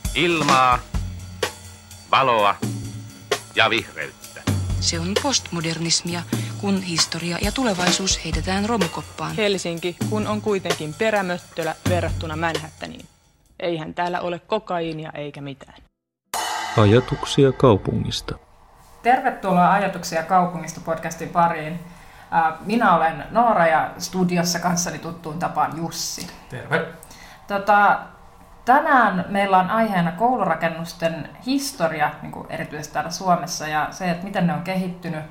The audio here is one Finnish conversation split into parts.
Ilmaa, valoa ja vihreyttä. Se on postmodernismia, kun historia ja tulevaisuus heitetään romukoppaan. Helsinki, kun on kuitenkin perämöttölä verrattuna Manhattaniin. Eihän täällä ole kokaiinia eikä mitään. Ajatuksia kaupungista. Tervetuloa Ajatuksia kaupungista podcastin pariin. Minä olen Noora ja studiossa kanssani tuttuun tapaan Jussi. Terve. Tänään meillä on aiheena koulurakennusten historia, niin kuin erityisesti täällä Suomessa, ja se, että miten ne on kehittynyt.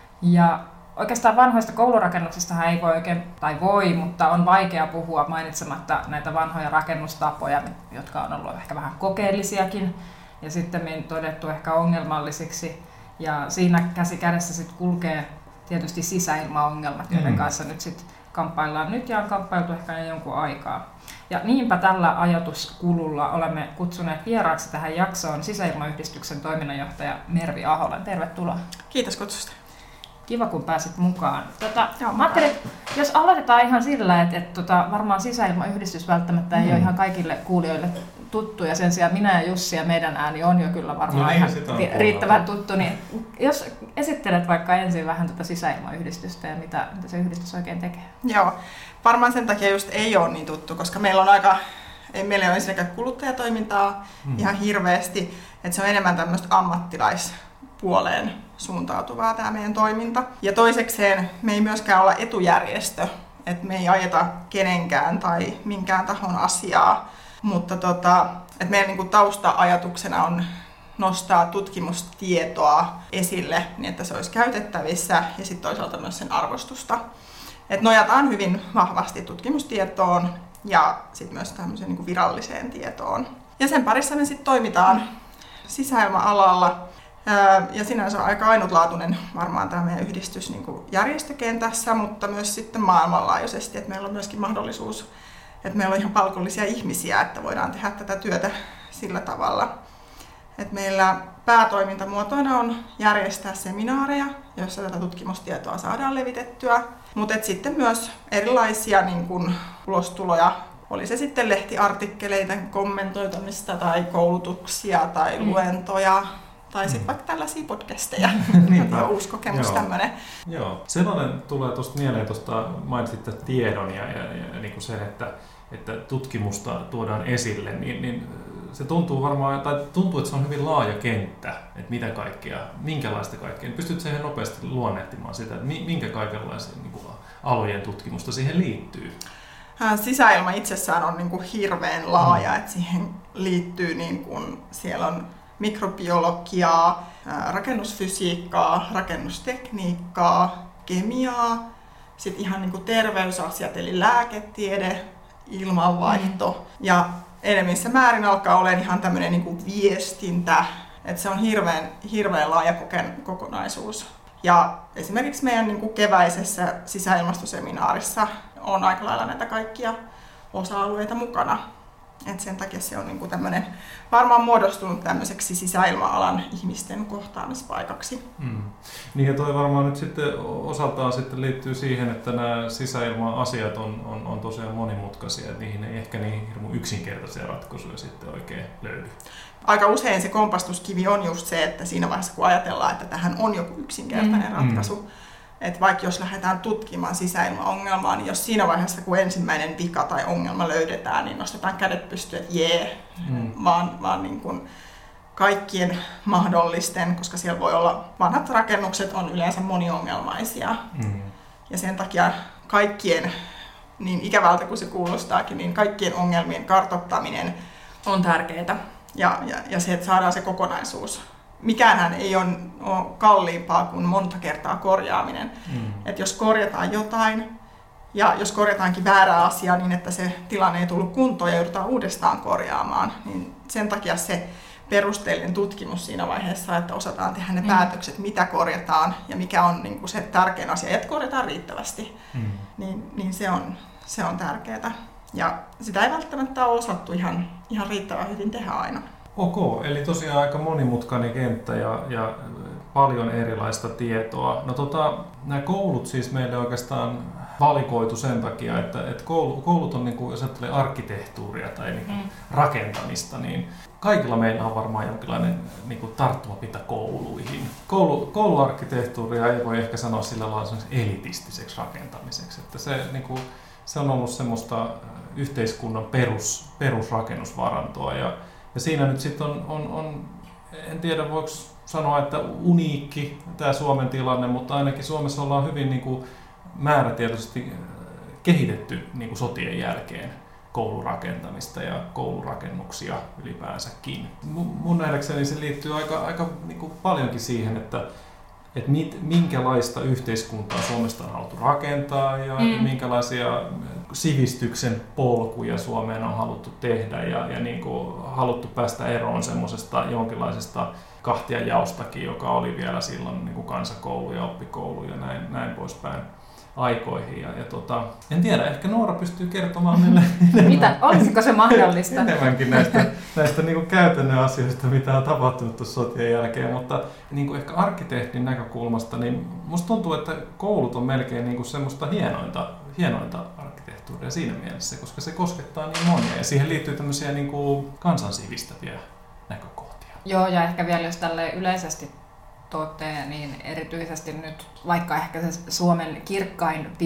Ja oikeastaan vanhoista koulurakennuksistahan ei voi oikein, tai voi, mutta on vaikea puhua mainitsematta näitä vanhoja rakennustapoja, jotka on ollut ehkä vähän kokeellisiakin, ja sitten todettu ehkä ongelmallisiksi. Ja siinä käsi kädessä sitten kulkee tietysti sisäilmaongelmat, joiden kanssa nyt sitten kamppaillaan nyt ja on kamppailtu ehkä jo jonkun aikaa. Ja niinpä tällä ajatuskululla olemme kutsuneet vieraaksi tähän jaksoon Sisäilmayhdistyksen toiminnanjohtaja Mervi Aholan. Tervetuloa. Kiitos kutsusta. Kiva, kun pääsit mukaan. Mä ajattelin, jos aloitetaan ihan sillä, että varmaan Sisäilmayhdistys välttämättä ei ole ihan kaikille kuulijoille tuttu, ja sen sijaan minä ja Jussi ja meidän ääni on jo kyllä varmaan ihan riittävän tuttu, niin jos esittelet vaikka ensin vähän tätä Sisäilmayhdistystä ja mitä se yhdistys oikein tekee. Joo, varmaan sen takia just ei ole niin tuttu, koska meillä on meillä ei ole ensinnäkään kuluttajatoimintaa ihan hirveästi, että se on enemmän tämmöistä ammattilaispuoleen suuntautuvaa tämä meidän toiminta. Ja toisekseen me ei myöskään olla etujärjestö, että me ei ajeta kenenkään tai minkään tahon asiaa, mutta että meidän niin kuin tausta-ajatuksena on nostaa tutkimustietoa esille, niin että se olisi käytettävissä, ja sitten toisaalta myös sen arvostusta. Et nojataan hyvin vahvasti tutkimustietoon ja sitten myös tämmöiseen niin kuin viralliseen tietoon. Ja sen parissa me sitten toimitaan sisäilma-alalla, ja sinänsä on aika ainutlaatuinen varmaan tämä meidän yhdistys niin kuin järjestökentässä, mutta myös sitten maailmanlaajuisesti, että meillä on myöskin mahdollisuus, että meillä on ihan palkollisia ihmisiä, että voidaan tehdä tätä työtä sillä tavalla. Että meillä päätoimintamuotoina on järjestää seminaareja, joissa tätä tutkimustietoa saadaan levitettyä, mutta sitten myös erilaisia niin kun ulostuloja, oli se sitten lehtiartikkeleita, kommentoitumista tai koulutuksia tai luentoja, tai sitten vaikka tällaisia podcasteja. Niinpä. Uusi kokemus tämmöinen. Joo, sellainen tulee tuosta mieleen, mainitsit tiedon ja niin kuin sen, että tutkimusta tuodaan esille, niin se tuntuu että se on hyvin laaja kenttä, että mitä kaikkea, minkälaista kaikkea. Pystytkö siihen nopeasti luonnehtimaan sitä, että minkä kaikenlaisia niin kuin alojen tutkimusta siihen liittyy? Sisäilma itsessään on niin kuin hirveän laaja, että siihen liittyy, niin kuin, siellä on mikrobiologiaa, rakennusfysiikkaa, rakennustekniikkaa, kemiaa, sitten ihan niin kuin terveysasiat eli lääketiede, ilmanvaihto ja enemmissä määrin alkaa olemaan ihan tämmöinen niin kuin viestintä, että se on hirveän laaja kokonaisuus. Ja esimerkiksi meidän niin kuin keväisessä sisäilmastoseminaarissa on aika lailla näitä kaikkia osa-alueita mukana. Et sen takia se on niin kuin tämmöinen varmaan muodostunut tämmöiseksi sisäilma-alan ihmisten kohtaamispaikaksi. Niin ja toi varmaan nyt sitten osaltaan sitten liittyy siihen, että nämä sisäilma-asiat on tosiaan monimutkaisia, että niihin ei ehkä niin hirmu yksinkertaisia ratkaisuja sitten oikein löydy. Aika usein se kompastuskivi on just se, että siinä vaiheessa kun ajatellaan, että tähän on joku yksinkertainen ratkaisu, että vaikka jos lähdetään tutkimaan sisäilmaongelmaa, niin jos siinä vaiheessa, kun ensimmäinen vika tai ongelma löydetään, niin nostetaan kädet pystyyn, että vaan niin kuin kaikkien mahdollisten, koska siellä voi olla, vanhat rakennukset on yleensä moniongelmaisia. Ja sen takia kaikkien, niin ikävältä kuin se kuulostaakin, niin kaikkien ongelmien kartoittaminen on tärkeää. Ja se, että saadaan se kokonaisuus. Mikäänhän ei ole kalliimpaa kuin monta kertaa korjaaminen. Että jos korjataan jotain ja jos korjataankin väärää asiaa niin, että se tilanne ei tullut kuntoon ja joudutaan uudestaan korjaamaan, niin sen takia se perusteellinen tutkimus siinä vaiheessa, että osataan tehdä ne päätökset, mitä korjataan ja mikä on niin kuin se tärkein asia, että korjataan riittävästi, niin se on tärkeää. Ja sitä ei välttämättä ole osattu ihan riittävän hyvin tehdä aina. Ok, eli tosiaan aika monimutkainen kenttä ja paljon erilaista tietoa. No nämä koulut siis meille oikeastaan valikoitu sen takia, että koulut on, niin kuin, jos ajattelee arkkitehtuuria tai niin kuin rakentamista, niin kaikilla meillä on varmaan jonkinlainen niin kuin tarttumapinta kouluihin. Kouluarkkitehtuuria ei voi ehkä sanoa sillä lailla elitistiseksi rakentamiseksi, että se on ollut semmoista yhteiskunnan perusrakennusvarantoa ja siinä nyt sitten on, en tiedä voiko sanoa, että uniikki tämä Suomen tilanne, mutta ainakin Suomessa ollaan hyvin niin kuin määrätietoisesti kehitetty niin kuin sotien jälkeen koulurakentamista ja koulurakennuksia ylipäänsäkin. Mun nähdäkseni se liittyy aika niin kuin paljonkin siihen, että minkälaista yhteiskuntaa Suomesta on haluttu rakentaa ja minkälaisia sivistyksen polkuja Suomeen on haluttu tehdä ja niin kuin haluttu päästä eroon semmoisesta jonkinlaisesta kahtiajaostakin, joka oli vielä silloin niin kuin kansakoulu ja oppikoulu ja näin poispäin aikoihin. En tiedä, ehkä Noora pystyy kertomaan meille Mitä? Olisiko se mahdollista? enemmänkin näistä niin kuin käytännön asioista, mitä on tapahtunut tuossa sotien jälkeen, mutta niin kuin ehkä arkkitehtin näkökulmasta, niin musta tuntuu, että koulut on melkein niin kuin semmoista hienointa arkkitehtuuria siinä mielessä, koska se koskettaa niin monia ja siihen liittyy tämmöisiä niin kuin kansansivistäviä näkökohtia. Joo, ja ehkä vielä jos tälleen yleisesti toteen, niin erityisesti nyt, vaikka ehkä se Suomen kirkkaimmat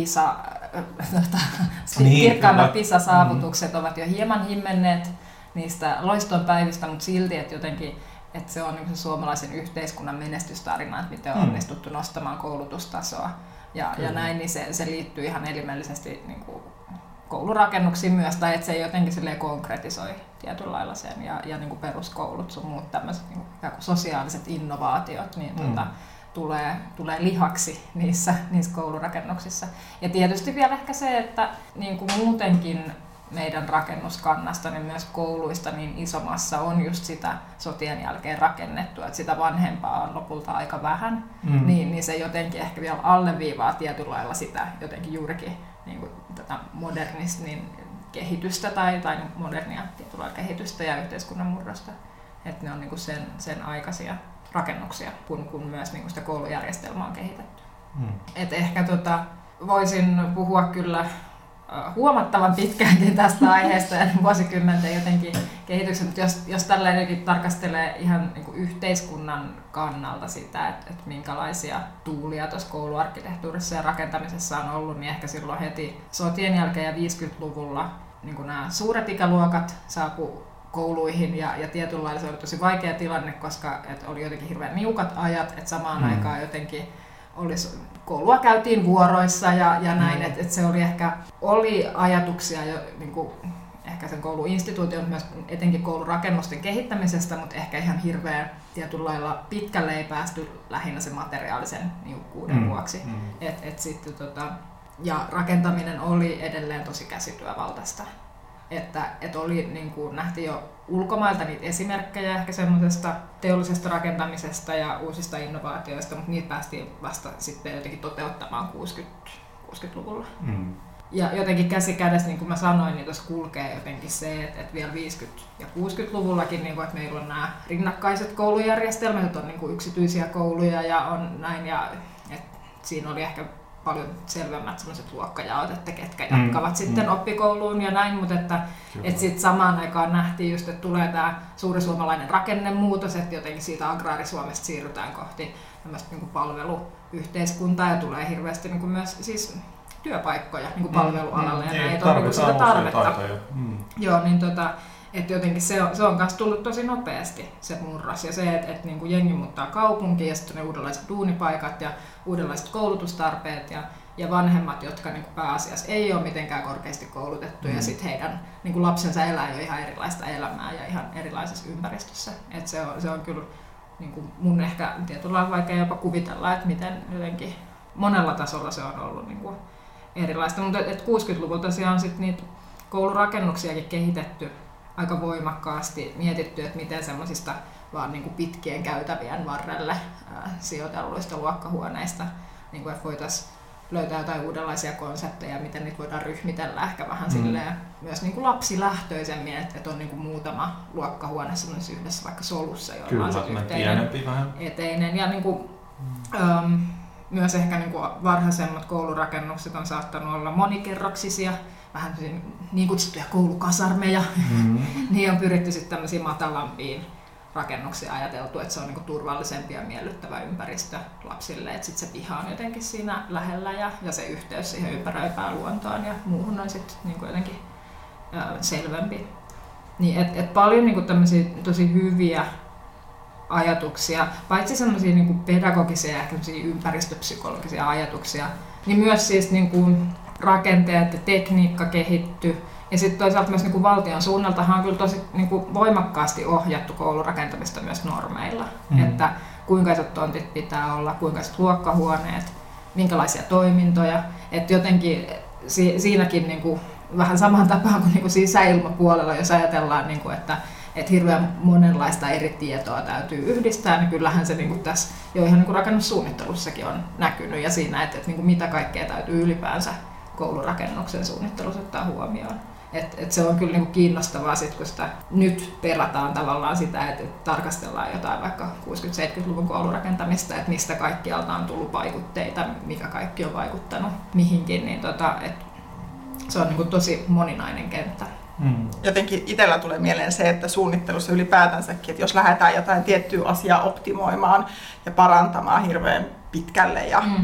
PISA-saavutukset ovat jo hieman himmenneet niistä loistonpäivistä, mutta silti, että jotenkin että se on niin se suomalaisen yhteiskunnan menestystarina, että miten on onnistuttu nostamaan koulutustasoa ja näin, niin se liittyy ihan elimellisesti niin kuin koulurakennuksiin myös, tai että se jotenkin konkretisoi tietyllä lailla sen, ja niin kuin peruskoulut sun muut tämmöiset niin kuin sosiaaliset innovaatiot niin tulee lihaksi niissä koulurakennuksissa. Ja tietysti vielä ehkä se, että niin kuin muutenkin meidän rakennuskannasta, niin myös kouluista niin iso massa on just sitä sotien jälkeen rakennettu, että sitä vanhempaa on lopulta aika vähän, niin se jotenkin ehkä vielä alleviivaa tietyllä lailla sitä jotenkin juurikin niin kuin tätä modernismin kehitystä tai modernia tietyllä lailla kehitystä ja yhteiskunnan murrosta. Että ne on niin kuin sen aikaisia rakennuksia, kun myös niin kuin sitä koulujärjestelmää on kehitetty. Et ehkä voisin puhua kyllä huomattavan pitkäänkin tästä aiheesta ja vuosikymmenten jotenkin kehityksen, mutta jos tällainenkin tarkastelee ihan niin kuin yhteiskunnan kannalta sitä, että minkälaisia tuulia tuossa kouluarkkitehtuurissa ja rakentamisessa on ollut, niin ehkä silloin heti sotien jälkeen ja 50-luvulla niin kuin nämä suuret ikäluokat saapu kouluihin ja tietyllä lailla se oli tosi vaikea tilanne, koska oli jotenkin hirveän niukat ajat, että samaan aikaan jotenkin koulua käytiin vuoroissa ja näin, että se oli ajatuksia jo niin kuin, ehkä sen kouluinstituution, myös etenkin koulurakennusten kehittämisestä, mutta ehkä ihan hirveän tietyllä lailla pitkälle ei päästy lähinnä sen materiaalisen niukkuuden vuoksi. Ja rakentaminen oli edelleen tosi käsityövaltaista. Että oli, niin kuin nähtiin jo ulkomailta niitä esimerkkejä ehkä semmoisesta teollisesta rakentamisesta ja uusista innovaatioista, mutta niitä päästiin vasta sitten jotenkin toteuttamaan 60-luvulla. Ja jotenkin käsi kädessä, niin kuin mä sanoin, niin tuossa kulkee jotenkin se, että vielä 50- ja 60-luvullakin, niin kuin, että meillä on nämä rinnakkaiset koulujärjestelmät, että on niin kuin yksityisiä kouluja ja on näin, ja että siinä oli ehkä paljon selvemmät sellaiset luokkajaot, että ketkä jatkavat sitten oppikouluun ja näin, mutta että sitten samaan aikaan nähtiin just, että tulee tämä suuri suomalainen rakennemuutos, että jotenkin siitä agraarisuomesta siirrytään kohti tämmöistä niin kuin palveluyhteiskuntaa ja tulee hirveästi niin kuin myös siis työpaikkoja niin kuin palvelualalle ja näin, että on niin sitä tarvetta. Joo, niin että jotenkin se on myös tullut tosi nopeasti se murros ja se, että niin kuin jengi muuttaa kaupunkiin ja sitten ne uudenlaiset duunipaikat ja uudenlaiset koulutustarpeet ja vanhemmat, jotka niin kuin pääasiassa ei ole mitenkään korkeasti koulutettu ja sitten heidän niin kuin lapsensa elää jo ihan erilaista elämää ja ihan erilaisessa ympäristössä. Että se on kyllä niin kuin mun ehkä tietyllä vaikea jopa kuvitella, että miten jotenkin monella tasolla se on ollut niin kuin erilaista. Mutta 60-luvulla tosiaan sitten niitä koulurakennuksiakin kehitetty aika voimakkaasti, mietitty, että miten semmoisista vaan niin kuin pitkien käytävien varrelle sijoitelluista luokkahuoneista, niin kuin, että voitaisiin löytää jotain uudenlaisia konsepteja, miten niitä voidaan ryhmitellä ehkä vähän silleen, myös niin kuin lapsilähtöisemmin, että on niin kuin muutama luokkahuone yhdessä vaikka solussa, jolla on se yhteinen eteinen. Ja niin kuin, myös ehkä niin kuin varhaisemmat koulurakennukset on saattanut olla monikerroksisia, vähän niin kutsuttuja koulukasarmeja. Niin on pyritty sitten tämmöisiin matalampiin rakennuksia ajateltu, että se on niin kuin turvallisempi ja miellyttävä ympäristö lapsille, että sitten se piha on jotenkin siinä lähellä ja se yhteys siihen ympäröivään luontoon ja muuhun on sitten niin kuin jotenkin selvempi. Niin, et paljon niin kuin tämmöisiä tosi hyviä ajatuksia, paitsi semmoisia niin kuin pedagogisia ja ympäristöpsykologisia ajatuksia, niin myös siis niin kuin rakenteet ja tekniikka kehittyi. Ja sitten toisaalta myös niin kuin valtion suunnaltahan on kyllä tosi niin kuin voimakkaasti ohjattu koulurakentamista myös normeilla. Että kuinka isot tontit pitää olla, kuinka isot luokkahuoneet, minkälaisia toimintoja. Että jotenkin siinäkin niin kuin vähän samaan tapaan kuin niinku sisäilmapuolella, jos ajatellaan, niinku, että hirveän monenlaista eri tietoa täytyy yhdistää, niin kyllähän se niinku tässä jo ihan niinku rakennussuunnittelussakin on näkynyt ja siinä, että niinku mitä kaikkea täytyy ylipäänsä koulurakennuksen suunnittelussa ottaa huomioon. Et se on kyllä niinku kiinnostavaa, sit, kun sitä nyt perataan tavallaan sitä, että tarkastellaan jotain vaikka 60-70-luvun koulurakentamista, että mistä kaikkialta on tullut vaikutteita, mikä kaikki on vaikuttanut mihinkin, niin se on niin kuin tosi moninainen kenttä. Jotenkin itsellä tulee mieleen se, että suunnittelussa ylipäätänsäkin, että jos lähdetään jotain tiettyä asiaa optimoimaan ja parantamaan hirveän pitkälle,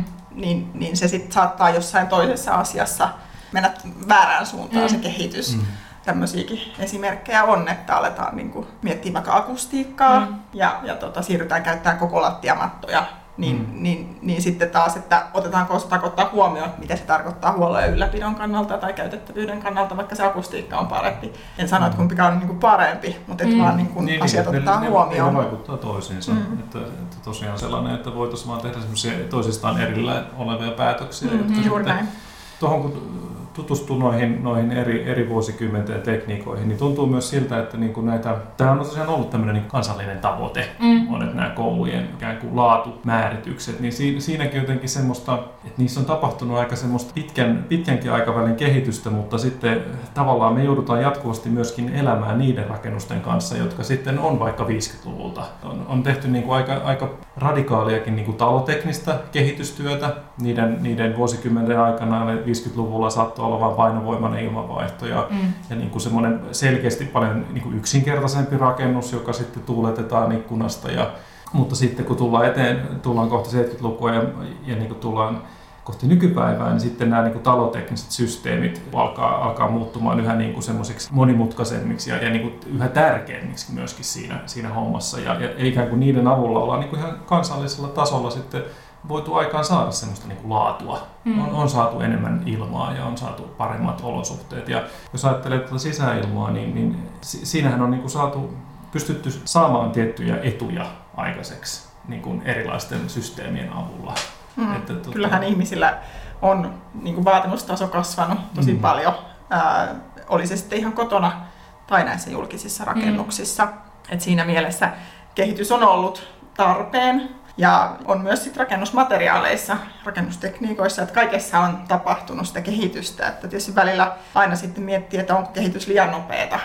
niin se sitten saattaa jossain toisessa asiassa mennä väärään suuntaan se kehitys. Tämmöisiäkin esimerkkejä on, että aletaan niin kuin miettiä vaikka akustiikkaa ja siirrytään käyttämään koko lattiamattoja. Niin sitten taas, että otetaanko huomioon, mitä se tarkoittaa huollon ja ylläpidon kannalta tai käytettävyyden kannalta, vaikka se akustiikka on parempi. En sano, että kumpikaan on niin kuin parempi, mutta että vaan niin kuin asiat otetaan huomioon. Ne vaikuttaa toisiinsa. Että tosiaan sellainen, että voitaisiin vaan tehdä toisistaan erillään olevia päätöksiä, jotka sitten tuohon kun tutustuu noihin eri vuosikymmenten tekniikoihin, niin tuntuu myös siltä, että niin kuin tämä on tosiaan ollut tämmöinen niin kansallinen tavoite, on, että nämä koulujen ikään kuin laatumääritykset, niin siinäkin jotenkin semmoista, että niissä on tapahtunut aika semmoista pitkänkin aikavälin kehitystä, mutta sitten tavallaan me joudutaan jatkuvasti myöskin elämään niiden rakennusten kanssa, jotka sitten on vaikka 50-luvulta. On tehty niin kuin aika radikaaliakin niin kuin taloteknistä kehitystyötä niiden vuosikymmenen aikana. 50-luvulla saattoi olla vain painovoimainen ilmanvaihto ja niin kuin semmoinen selkeästi paljon niin kuin yksinkertaisempi rakennus, joka sitten tuuletetaan ikkunasta. Mutta sitten kun tullaan kohti 70-lukua ja niin kuin tullaan kohti nykypäivää, niin sitten nämä niin kuin talotekniset systeemit alkaa muuttumaan yhä niin kuin semmoisiksi monimutkaisemmiksi ja niin kuin yhä tärkeimmiksi myöskin siinä hommassa. Ja ikään kuin niiden avulla ollaan niin kuin ihan kansallisella tasolla sitten voitu aikaan saada semmoista niin kuin laatua. On saatu enemmän ilmaa ja on saatu paremmat olosuhteet. Ja jos ajattelee tätä sisäilmaa, niin siinähän on niin kuin pystytty saamaan tiettyjä etuja aikaiseksi niin kuin erilaisten systeemien avulla. Kyllähän ihmisillä on niin kuin vaatimustaso kasvanut tosi paljon. Oli se sitten ihan kotona tai näissä julkisissa rakennuksissa. Et siinä mielessä kehitys on ollut tarpeen. Ja on myös sit rakennusmateriaaleissa, rakennustekniikoissa, että kaikessa on tapahtunut sitä kehitystä. Että tietysti välillä aina sitten miettii, että onko kehitys liian nopeata.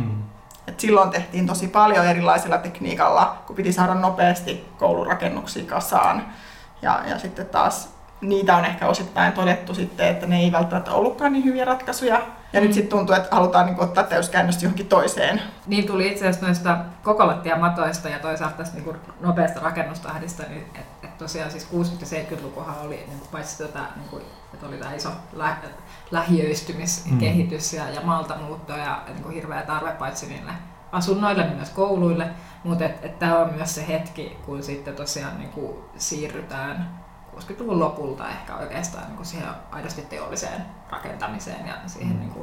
Et silloin tehtiin tosi paljon erilaisella tekniikalla, kun piti saada nopeasti koulurakennuksia kasaan. Ja sitten taas niitä on ehkä osittain todettu sitten, että ne ei välttämättä ollutkaan niin hyviä ratkaisuja. Ja nyt sitten tuntuu, että halutaan niin ottaa täyskäännöstä johonkin toiseen. Niin tuli itse asiassa noista kokolattiamatoista ja toisaalta tästä niin nopeasta rakennustahdista, niin että tosiaan siis 60- ja 70-lukuhan oli niin paitsi että oli tämä iso lähiöistymiskehitys ja maaltamuutto ja niin hirveä tarve paitsi niille asunnoille, niin myös kouluille. Mutta tämä on myös se hetki, kun sitten tosiaan niin siirrytään 60-luvun lopulta ehkä oikeastaan niin siihen aidosti teolliseen rakentamiseen ja siihen niin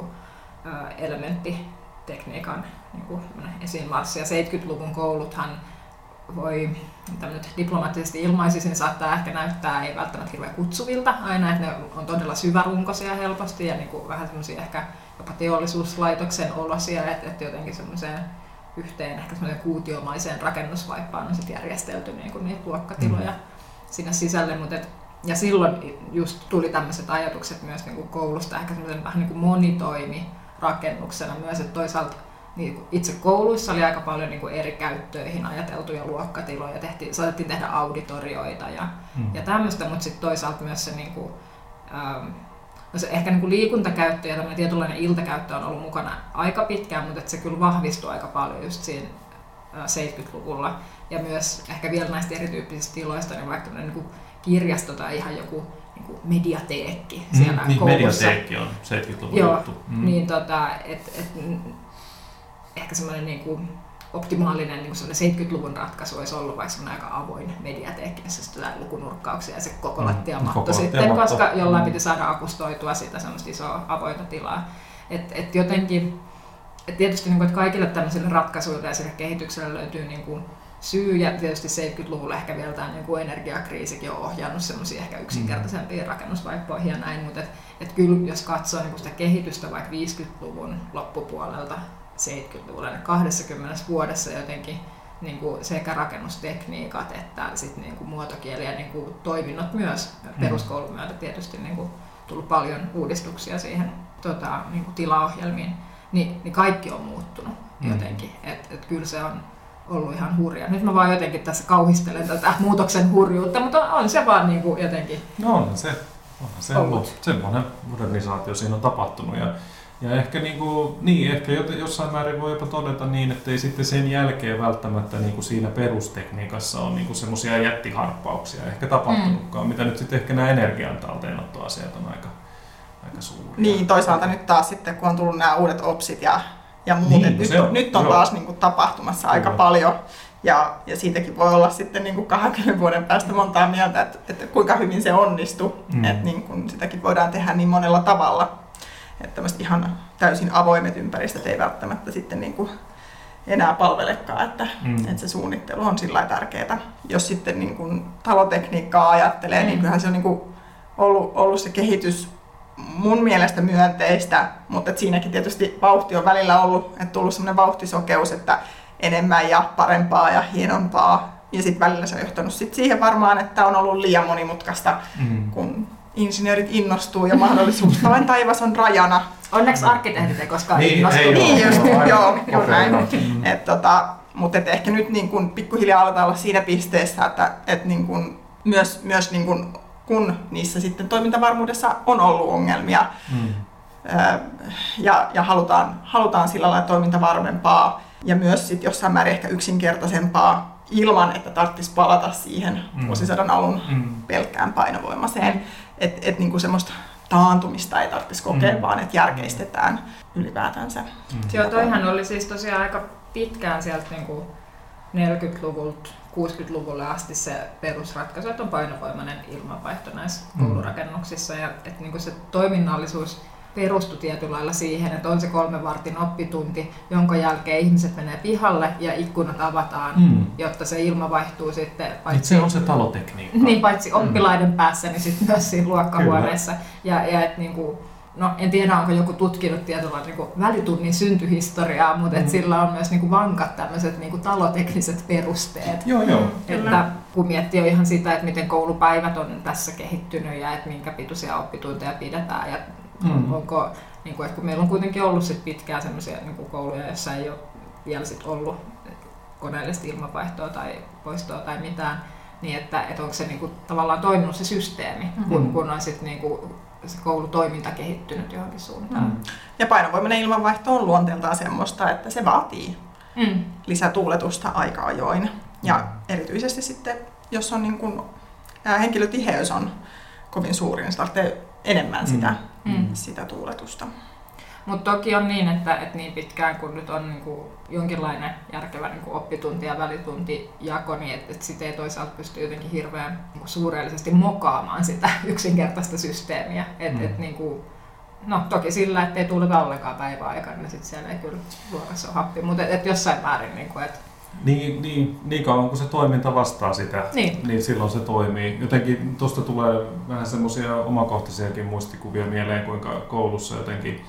elementtitekniikan niin esiinmarssi. Ja 70-luvun kouluthan voi, mitä nyt diplomaattisesti ilmaisisin, saattaa ehkä näyttää ei välttämättä hirveän kutsuvilta aina, että ne on todella syvärunkoisia helposti ja niin kuin vähän semmoisia ehkä jopa teollisuuslaitoksen olosia, että jotenkin semmoiseen yhteen ehkä semmoiseen kuutiomaiseen rakennusvaippaan on sitten järjestelty niin kuin niitä luokkatiloja sinne sisälle, ja silloin just tuli tämmöiset ajatukset myös niin kuin koulusta ehkä semmoisen vähän niin kuin monitoimirakennuksena myös, että toisaalta niin itse kouluissa oli aika paljon niin kuin eri käyttöihin ajateltuja luokkatiloja, saatettiin tehdä auditorioita ja tämmöistä, mutta sitten toisaalta myös se, niin kuin, no se ehkä niin kuin liikuntakäyttö ja tämmöinen tietynlainen iltakäyttö on ollut mukana aika pitkään, mutta se kyllä vahvistui aika paljon just siinä 70-luvulla. Ja myös ehkä vielä näistä erityyppisistä tiloista, niin vaikka niin kuin kirjasto tai ihan joku niin kuin mediateekki siellä koulussa. Mediateekki on 70-luvun juttu. Niin ehkä semmoinen niin kuin optimaalinen niin kuin 70-luvun ratkaisu olisi ollut vaikka semmoinen aika avoin mediateekki, missä sitten lukunurkkauksia ja se koko lattiamatto sitten, koska jollain piti saada akustoitua sitä semmoista isoa avointa tilaa. Et jotenkin, tietysti niin kuin, että kaikille tämmöisille ratkaisuille ja sille kehitykselle löytyy niin kuin syy, ja tietysti 70-luvulla ehkä vielä tämä niin kuin energiakriisikin on ohjannut semmoisia ehkä yksinkertaisempia rakennusvaippoihin ja näin, mutta et kyllä jos katsoo niin kuin sitä kehitystä vaikka 50-luvun loppupuolelta 70-luvulla, 20 vuodessa jotenkin niin kuin sekä rakennustekniikat että sit niin kuin muotokieli ja niin kuin toiminnot myös peruskoulun myötä tietysti niin kuin tullut paljon uudistuksia siihen niin kuin tilaohjelmiin, niin kaikki on muuttunut jotenkin, et kyllä se on ollut ihan hurja. Nyt mä vaan jotenkin tässä kauhistelen tätä muutoksen hurjuutta, mutta on se vaan niin kuin jotenkin. No onhan se ollut. Semmoinen modernisaatio siinä on tapahtunut. Ja ehkä, ehkä jossain määrin voi jopa todeta niin, että ei sitten sen jälkeen välttämättä niin kuin siinä perustekniikassa on niin semmoisia jättiharppauksia ehkä tapahtunutkaan, mitä nyt sitten ehkä nämä energian talteenottoasiat on aika suuria. Niin, toisaalta nyt taas sitten, kun on tullut nämä uudet OPSit ja muut, niin, nyt on taas niin kuin tapahtumassa aika paljon. Ja siitäkin voi olla sitten niin kuin 20 vuoden päästä montaa mieltä, että kuinka hyvin se onnistui. Että niin kuin sitäkin voidaan tehdä niin monella tavalla. Että tämmöiset ihan täysin avoimet ympäristöt ei välttämättä sitten niin kuin enää palvelekaan, että se suunnittelu on sillä lailla tärkeää. Jos sitten niin kuin talotekniikkaa ajattelee, niin kyllähän se on niin kuin ollut se kehitys mun mielestä myönteistä, mutta siinäkin tietysti vauhti on välillä ollut, että tullut semmoinen vauhtisokeus, että enemmän ja parempaa ja hienompaa. Ja sitten välillä se on johtanut sit siihen varmaan, että on ollut liian monimutkaista, kun insinöörit innostuu ja mahdollisuus vain taivas on rajana. Onneksi arkkitehdit ei koskaan innostu. Niin just, joo, näin. Mutta ehkä nyt niin kun pikkuhiljaa aletaan olla siinä pisteessä, että niin kun myös niin kun, kun niissä sitten toimintavarmuudessa on ollut ongelmia ja halutaan sillä lailla toimintavarmempaa ja myös sit jossain määrin ehkä yksinkertaisempaa ilman, että tarvitsisi palata siihen vuosisadan alun pelkkään painovoimaiseen. Että niinku semmoista taantumista ei tarvitsisi kokea, vaan että järkeistetään ylipäätänsä. Joo, toihan oli siis tosiaan aika pitkään sieltä niinku 40-luvulta 60-luvulle asti se perusratkaisu, että on painovoimainen ilmanvaihto näissä koulurakennuksissa ja että niinku se toiminnallisuus perustui tietyllä lailla siihen, että on se 3 vartin oppitunti, jonka jälkeen ihmiset menee pihalle ja ikkunat avataan, jotta se ilma vaihtuu sitten paitsi, se on se talotekniikka. Niin, paitsi oppilaiden päässä, niin sitten myös siinä luokkahuoneessa. Ja et niinku, no, en tiedä, onko joku tutkinut tietyllä niinku välitunnin syntyhistoriaa, mutta et sillä on myös niinku vankat tämmöiset niinku talotekniset perusteet. Joo. Että kun miettii jo ihan sitä, että miten koulupäivät on tässä kehittynyt ja että minkä pituisia oppitunteja pidetään ja onko, niin kuin, että kun meillä on kuitenkin ollut sit pitkään sellaisia niin kuin kouluja, joissa ei ole vielä sit ollut koneellista ilmanvaihtoa tai poistoa tai mitään, niin että onko se niin kuin, tavallaan toiminut se systeemi, kun on sit, niin kuin, se koulutoiminta kehittynyt johonkin suuntaan. Ja painovoimainen ilmanvaihto on luonteeltaan semmoista, että se vaatii lisätuuletusta aika ajoin. Ja erityisesti sitten, jos on niin kuin, henkilötiheys on kovin suuri, niin se tarvitsee enemmän sitä tuuletusta. Mutta toki on niin, että niin pitkään kun nyt on niinku jonkinlainen järkevä niinku oppitunti- ja välituntijako, niin että sitä ei toisaalta pysty jotenkin hirveän niinku suureellisesti mokaamaan sitä yksinkertaista systeemiä. Niinku, no toki sillä, ettei tuuleta ollenkaan päiväaikana, niin sitten siellä ei kyllä luokassa ole happi, mutta jossain määrin niinku, Niin kauan kun se toiminta vastaa sitä, niin silloin se toimii. Jotenkin tuosta tulee vähän semmoisia omakohtaisiakin muistikuvia mieleen, kuinka koulussa jotenkin,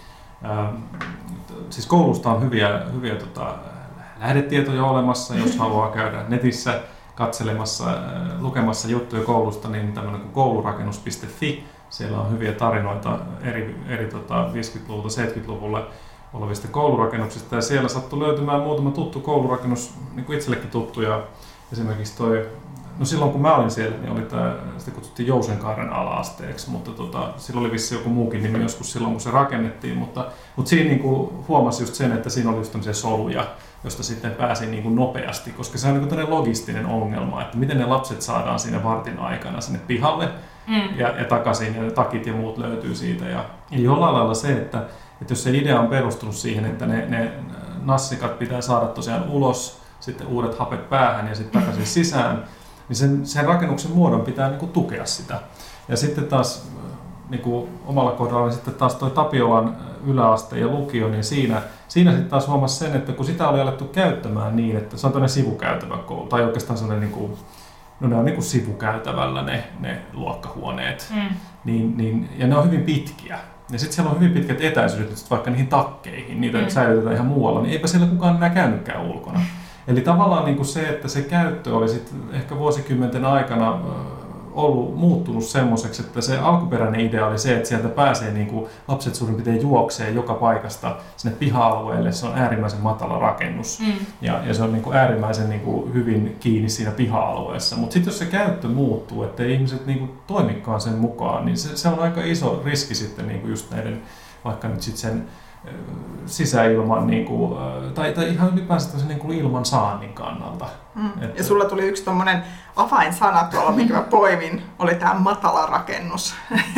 siis koulusta on hyviä lähdetietoja olemassa, jos haluaa käydä netissä katselemassa, lukemassa juttuja koulusta, niin tämmöinen kuin koulurakennus.fi, siellä on hyviä tarinoita eri 50-luvulta 70-luvulle olevista koulurakennuksista. Ja siellä sattui löytymään muutama tuttu koulurakennus, niin kuin itsellekin tuttu. Ja esimerkiksi no silloin kun mä olin siellä, niin oli sitä kutsuttiin Jousenkaaren ala-asteeksi, mutta sillä oli vissi joku muukin nimi joskus silloin, kun se rakennettiin. Mutta siinä niin kuin huomasi just sen, että siinä oli just tämmöisiä soluja, josta sitten pääsi niin kuin nopeasti, koska se on niin kuin logistinen ongelma, että miten ne lapset saadaan siinä vartin aikana sinne pihalle ja takaisin, ja ne takit ja muut löytyy siitä. Ja jollain lailla se, että jos se idea on perustunut siihen, että ne nassikat pitää saada tosiaan ulos, sitten uudet hapet päähän ja sitten takaisin sisään, niin sen rakennuksen muodon pitää niin kuin tukea sitä. Ja sitten taas niin kuin omalla kohdalla niin sitten taas toi Tapiolan yläaste ja lukio, niin siinä sitten taas huomasi sen, että kun sitä oli alettu käyttämään niin, että se on tämmöinen sivukäytävä koulu, tai oikeastaan sellainen niin kuin, no ne on niin kuin sivukäytävällä ne luokkahuoneet, ja ne on hyvin pitkiä. Ja sitten siellä on hyvin pitkät etäisyydet vaikka niihin takkeihin, niitä säilytetään ihan muualla, niin eipä siellä kukaan enää käynytkään ulkona. Eli tavallaan niin kuin se, että se käyttö oli sitten ehkä vuosikymmenten aikana muuttunut semmoiseksi, että se alkuperäinen idea oli se, että sieltä pääsee niin kuin lapset suurin piirtein juoksee joka paikasta sinne piha-alueelle. Se on äärimmäisen matala rakennus ja se on niin kuin äärimmäisen niin kuin hyvin kiinni siinä piha-alueessa. Mutta sitten jos se käyttö muuttuu, ettei ihmiset niin kuin toimikaan sen mukaan, niin se on aika iso riski sitten niin kuin just näiden, vaikka nyt sitten sen sisäilman tai ihan ylipäänsä sen ilman saannin kannalta. Ja sulla tuli yksi tommonen avainsana tuolla, minkä mä poimin, oli tää matala rakennus.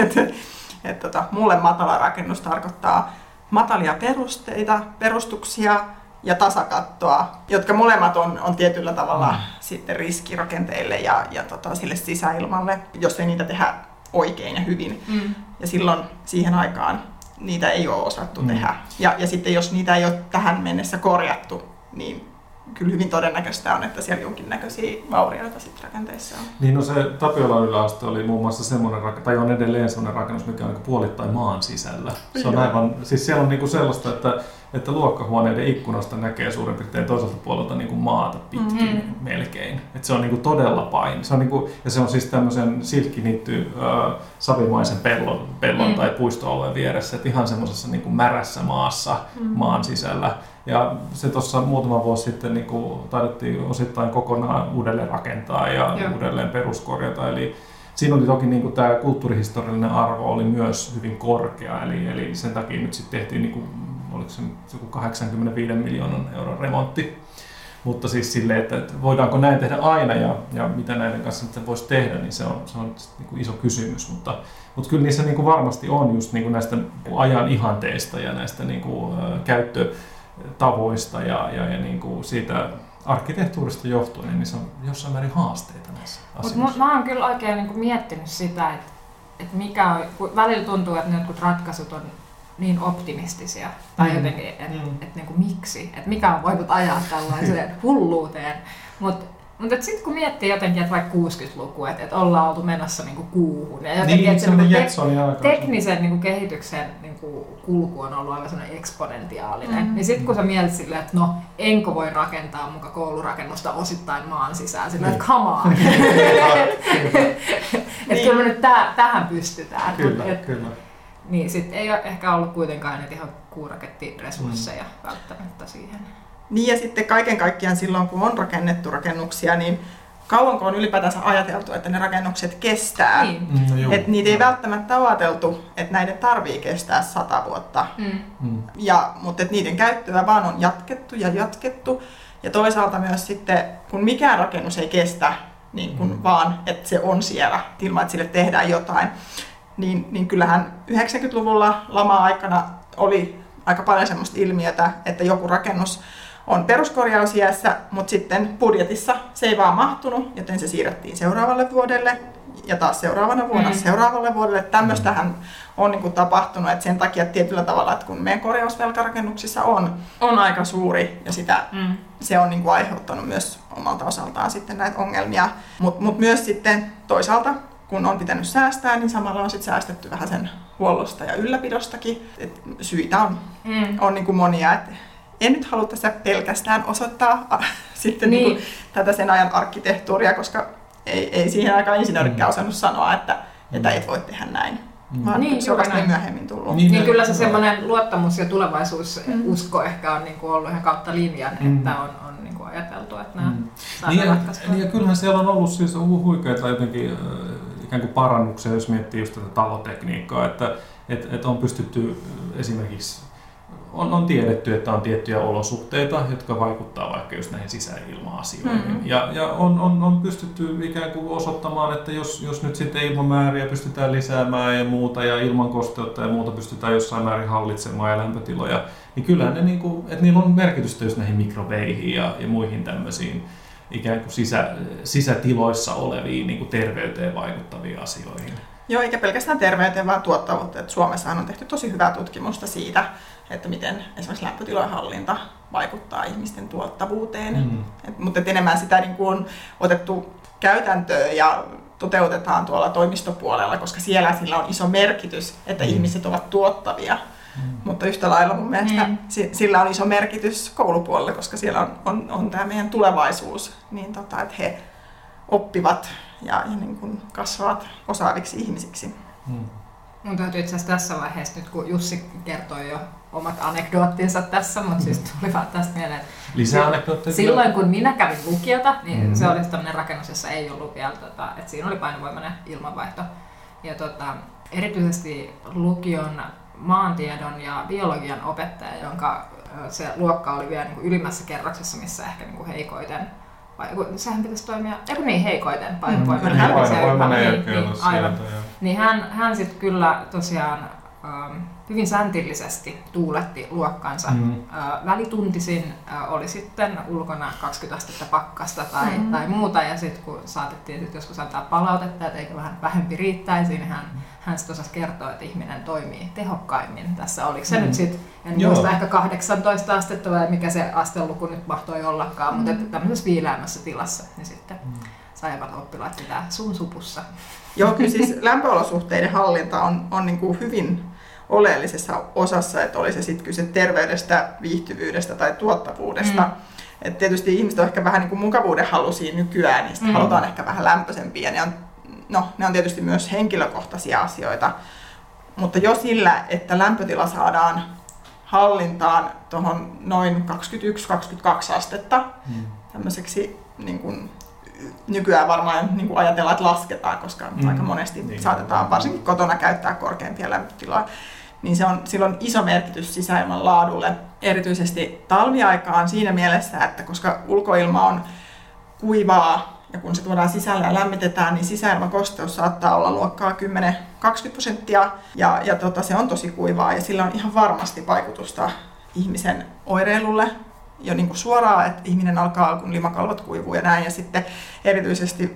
Mulle matala rakennus tarkoittaa matalia perusteita, perustuksia ja tasakattoa, jotka molemmat on tietyllä tavalla sitten riskirakenteille ja sille sisäilmalle, jos ei niitä tehdä oikein ja hyvin. Ja silloin siihen aikaan niitä ei ole osattu tehdä. Ja sitten jos niitä ei ole tähän mennessä korjattu, niin kyllä hyvin todennäköistä on, että siellä jonkinnäköisiä vaurioita sitten rakenteissa on. Niin, no se Tapiolan yläaste oli muun muassa semmoinen, tai on edelleen semmoinen rakennus, mikä on niin puolittain maan sisällä. Se on aivan, siis siellä on niin sellaista, että luokkahuoneiden ikkunasta näkee suurin piirtein toiselta puolelta niin maata pitkin melkein. Että se on niin todella paini. Se on niin ja se on siis tämmöisen silkkiniitty savimaisen pellon tai puistoalueen vieressä, että ihan semmoisessa niin märässä maassa maan sisällä. Ja se tuossa muutama vuosi sitten niin taidettiin osittain kokonaan uudelleen rakentaa ja uudelleen peruskorjata. Eli siinä oli toki niin tämä kulttuurihistoriallinen arvo oli myös hyvin korkea, eli sen takia nyt sitten tehtiin, niin oliko se joku 85 miljoonan euron remontti. Mutta siis silleen, että voidaanko näin tehdä aina ja mitä näiden kanssa nyt voisi tehdä, niin se on niin iso kysymys. Mutta kyllä niissä niin varmasti on just niin näistä ajan ihanteista ja näistä niin käyttötavoista ja niin kuin siitä arkkitehtuurista johtuen, niin se on jossain määrin haasteita näissä asioissa. Mä oon kyllä oikein niin kuin miettinyt sitä, että mikä on, kun välillä tuntuu, että jotkut ratkaisut on niin optimistisia tai jotenkin, että niin kuin miksi, että mikä on voinut ajaa tällaiseen hulluuteen. Mutta sitten kun miettii jotenkin, että vaikka 60-lukua, että ollaan oltu menossa niinku kuuhun ja jotenkin, että se teknisen niinku kehityksen niinku kulku on ollut aivan sellainen eksponentiaalinen, niin sitten kun sä mietit silleen, että no, enkö voi rakentaa muka koulurakennusta osittain maan sisään, silleen, että come on. Että kyllä me nyt tähän pystytään. Kyllä. Niin sitten ei ole ehkä ollut kuitenkaan niitä ihan kuurakettiresursseja välttämättä siihen. Niin ja sitten kaiken kaikkiaan silloin, kun on rakennettu rakennuksia, niin kauanko on ylipäätänsä ajateltu, että ne rakennukset kestää. Että niitä ei välttämättä ole ajateltu, että näiden tarvii kestää 100 vuotta. Mutta niiden käyttöä vaan on jatkettu. Ja toisaalta myös sitten, kun mikään rakennus ei kestä, niin kun vaan, että se on siellä ilman, että sille tehdään jotain, niin kyllähän 90-luvulla lama-aikana oli aika paljon semmoista ilmiötä, että joku rakennus on peruskorjausiässä, mutta sitten budjetissa se ei vaan mahtunut, joten se siirrettiin seuraavalle vuodelle ja taas seuraavana vuonna seuraavalle vuodelle. Tämmöistähän on niin kuin tapahtunut, että sen takia tietyllä tavalla, että kun meidän korjausvelkarakennuksissa on aika suuri ja se on niin kuin aiheuttanut myös omalta osaltaan sitten näitä ongelmia, mutta myös sitten toisaalta, kun on pitänyt säästää, niin samalla on sitten säästetty vähän sen huollosta ja ylläpidostakin. Et syitä on niin kuin monia. Et en nyt halua tässä pelkästään osoittaa sitten niin tätä sen ajan arkkitehtuuria, koska ei siihen aikaan insinöörikään osannut sanoa, että et voi tehdä näin. vaan Niin, se on vasta näin. myöhemmin tullut. Niin kyllä se semmoinen luottamus ja tulevaisuususko ehkä on niinku ollut ihan kautta linjan, että on niinku ajateltu, että nämä saadaan ratkaistua. Ja kyllähän siellä on ollut siis huikeita jotenkin ikään kuin parannuksia, jos miettii just tätä talotekniikkaa, että on pystytty esimerkiksi on tiedetty, että on tiettyjä olosuhteita, jotka vaikuttaa vaikka just näihin sisäilma-asioihin. Ja on pystytty ikään kuin osoittamaan, että jos nyt sitten ilmamääriä pystytään lisäämään ja muuta, ja ilman kosteutta ja muuta pystytään jossain määrin hallitsemaan ja lämpötiloja, niin kyllähän ne niinku, että niillä on merkitystä just näihin mikrobeihin ja muihin tämmöisiin ikään kuin sisätiloissa oleviin niinku terveyteen vaikuttaviin asioihin. Joo, eikä pelkästään terveyteen, vaan tuottavuuteen. Suomessahan on tehty tosi hyvää tutkimusta siitä, että miten esimerkiksi lämpötilojen hallinta vaikuttaa ihmisten tuottavuuteen. Mutta enemmän sitä niin kuin on otettu käytäntöön ja toteutetaan tuolla toimistopuolella, koska siellä sillä on iso merkitys, että ihmiset ovat tuottavia. Mutta yhtä lailla mun mielestä sillä on iso merkitys koulupuolella, koska siellä on tämä meidän tulevaisuus, niin että he oppivat ja niin kuin kasvavat osaaviksi ihmisiksi. Mun täytyy itse asiassa tässä vaiheessa, nyt kun Jussi kertoi jo omat anekdoottinsa tässä, mutta siis tuli vaan tästä mieleen, lisää anekdootteja. Silloin kun minä kävin lukiota, niin se oli tämmöinen rakennus, jossa ei ollut vielä, että siinä oli painovoimainen ilmanvaihto. Ja erityisesti lukion maantiedon ja biologian opettaja, jonka se luokka oli vielä niin kuin ylimmässä kerroksessa, missä ehkä niin kuin heikoiten, sehän pitäisi toimia, heikoiten painovoimainen. Niin hän sitten kyllä tosiaan hyvin säntillisesti tuuletti luokkansa. Välituntisin oli sitten ulkona 20 astetta pakkasta tai muuta, ja sitten kun saatettiin joskus antaa palautetta, että eikö vähän vähempi riittäisi, niin hän sitten osasi kertoa, että ihminen toimii tehokkaimmin tässä. Oliko se nyt sitten, en muista ehkä 18 astetta vai mikä se asteluku nyt mahtoi ollakaan, mutta tämmöisessä viileämmässä tilassa, niin sitten saivat oppilaat pitää sun supussa. Joo, kyllä siis lämpöolosuhteiden hallinta on niin kuin hyvin oleellisessa osassa, että oli se sitten kyse terveydestä, viihtyvyydestä tai tuottavuudesta. Et tietysti ihmiset on ehkä vähän niin kuin mukavuuden halusia nykyään, niin sitten halutaan ehkä vähän lämpöisempiä. Ne on tietysti myös henkilökohtaisia asioita, mutta jo sillä, että lämpötila saadaan hallintaan tuohon noin 21-22 astetta, tämmöiseksi niin kuin nykyään varmaan niin kuin ajatellaan, että lasketaan, koska aika monesti saatetaan varsinkin kotona käyttää korkeampia lämpötiloja, niin sillä on iso merkitys sisäilman laadulle, erityisesti talviaikaan siinä mielessä, että koska ulkoilma on kuivaa ja kun se tuodaan sisälle ja lämmitetään, niin sisäilmakosteus saattaa olla luokkaa 10-20% ja se on tosi kuivaa ja sillä on ihan varmasti vaikutusta ihmisen oireilulle jo niin kuin suoraan, että ihminen alkaa, kun limakalvot kuivuu ja näin, ja sitten erityisesti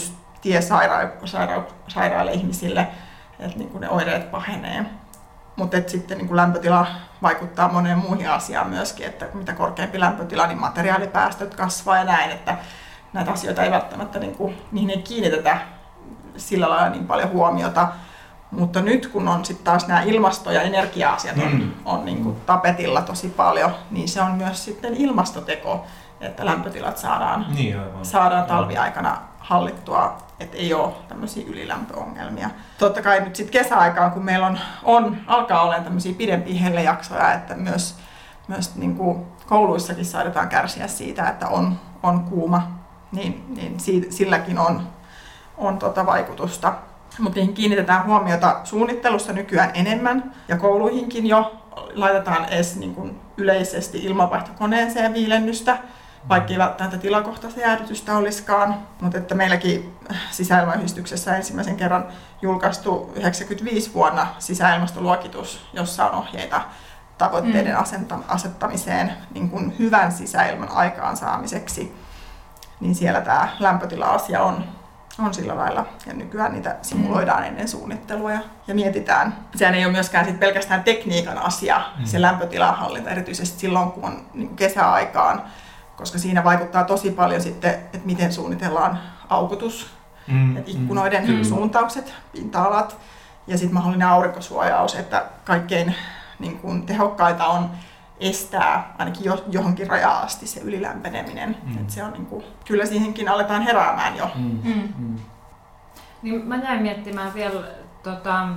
hengitystiesairaille ihmisille, että niin kuin ne oireet pahenee. Mutta sitten niin kuin lämpötila vaikuttaa moneen muihin asiaan myöskin, että mitä korkeampi lämpötila, niin materiaalipäästöt kasvaa ja näin, että näitä asioita ei välttämättä, niihin ei kiinnitetä sillä lailla niin paljon huomiota. Mutta nyt kun on sitten taas nämä ilmasto- ja energia-asiat on niin kuin tapetilla tosi paljon, niin se on myös sitten ilmastoteko, että lämpötilat saadaan talviaikana hallittua, että ei ole tämmöisiä ylilämpöongelmia. Totta kai nyt sitten kesäaikaan, kun meillä alkaa olla tämmöisiä pidempiä hellejaksoja, että myös niin kuin kouluissakin saadaan kärsiä siitä, että on kuuma, niin silläkin on vaikutusta. Mutta niihin kiinnitetään huomiota suunnittelussa nykyään enemmän ja kouluihinkin jo laitetaan edes niin kuin yleisesti ilmanvaihtokoneeseen viilennystä, vaikka ei välttämättä tilakohtaista jäähdytystä olisikaan. Mutta että meilläkin sisäilmayhdistyksessä ensimmäisen kerran julkaistu 95 vuonna sisäilmastoluokitus, jossa on ohjeita tavoitteiden asettamiseen niin kuin hyvän sisäilman aikaansaamiseksi, niin siellä tämä lämpötila-asia on sillä lailla, ja nykyään niitä simuloidaan ennen suunnittelua ja mietitään. Sehän ei ole myöskään sit pelkästään tekniikan asia, se lämpötilahallinta, erityisesti silloin, kun on niin kuin kesäaikaan, koska siinä vaikuttaa tosi paljon sitten, että miten suunnitellaan aukotus, että ikkunoiden suuntaukset, pinta-alat ja sitten mahdollinen aurinkosuojaus, että kaikkein niin kuin tehokkaita on estää ainakin johonkin rajaan asti se ylilämpeneminen. Että se on niin kuin, kyllä siihenkin aletaan heräämään jo. Niin mä jäin miettimään vielä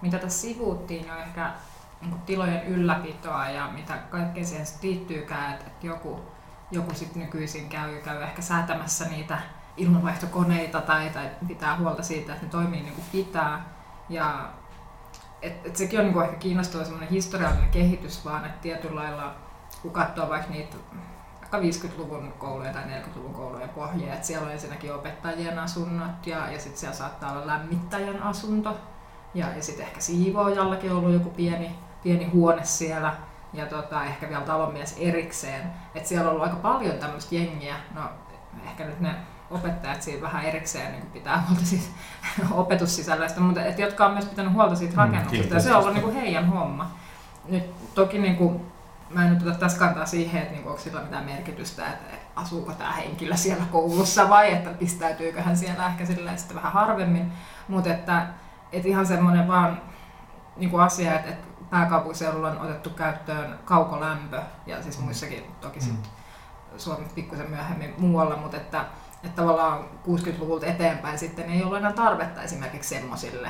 mitä tässä sivuuttiin on ehkä niin tilojen ylläpitoa ja mitä kaikkea siihen liittyykään, että joku sitten nykyisin käy ehkä säätämässä niitä ilmanvaihtokoneita tai pitää huolta siitä, että ne toimii niin kuin pitää. Ja et sekin on niin kuin ehkä kiinnostava semmoinen historiallinen kehitys vaan, että tietyllä lailla kun katsoo vaikka niitä 50-luvun kouluja tai 40-luvun koulujen pohjia, että siellä on ensinnäkin opettajien asunnot ja sitten siellä saattaa olla lämmittäjän asunto ja sitten ehkä siivoojallakin on ollut joku pieni huone siellä ja ehkä vielä talonmies erikseen. Et siellä on ollut aika paljon tämmöistä jengiä, no ehkä nyt ne opettajat siinä vähän erikseen niin pitää huolta siitä opetussisällöistä, mutta jotka on myös pitänyt huolta siitä rakennuksesta ja se on ollut niin heidän homma. Nyt toki mä en nyt ota tässä kantaa siihen, että onko sillä mitään merkitystä, että asuuko tämä henkilö siellä koulussa vai että pistäytyykö hän siellä ehkä sitten vähän harvemmin, mutta että ihan semmoinen vaan asia, että pääkaupunkiseudulla on otettu käyttöön kaukolämpö ja siis muissakin toki sitten Suomessa pikkusen myöhemmin muualla, mutta että tavallaan 60-luvulta eteenpäin sitten ei ollut enää tarvetta esimerkiksi semmoisille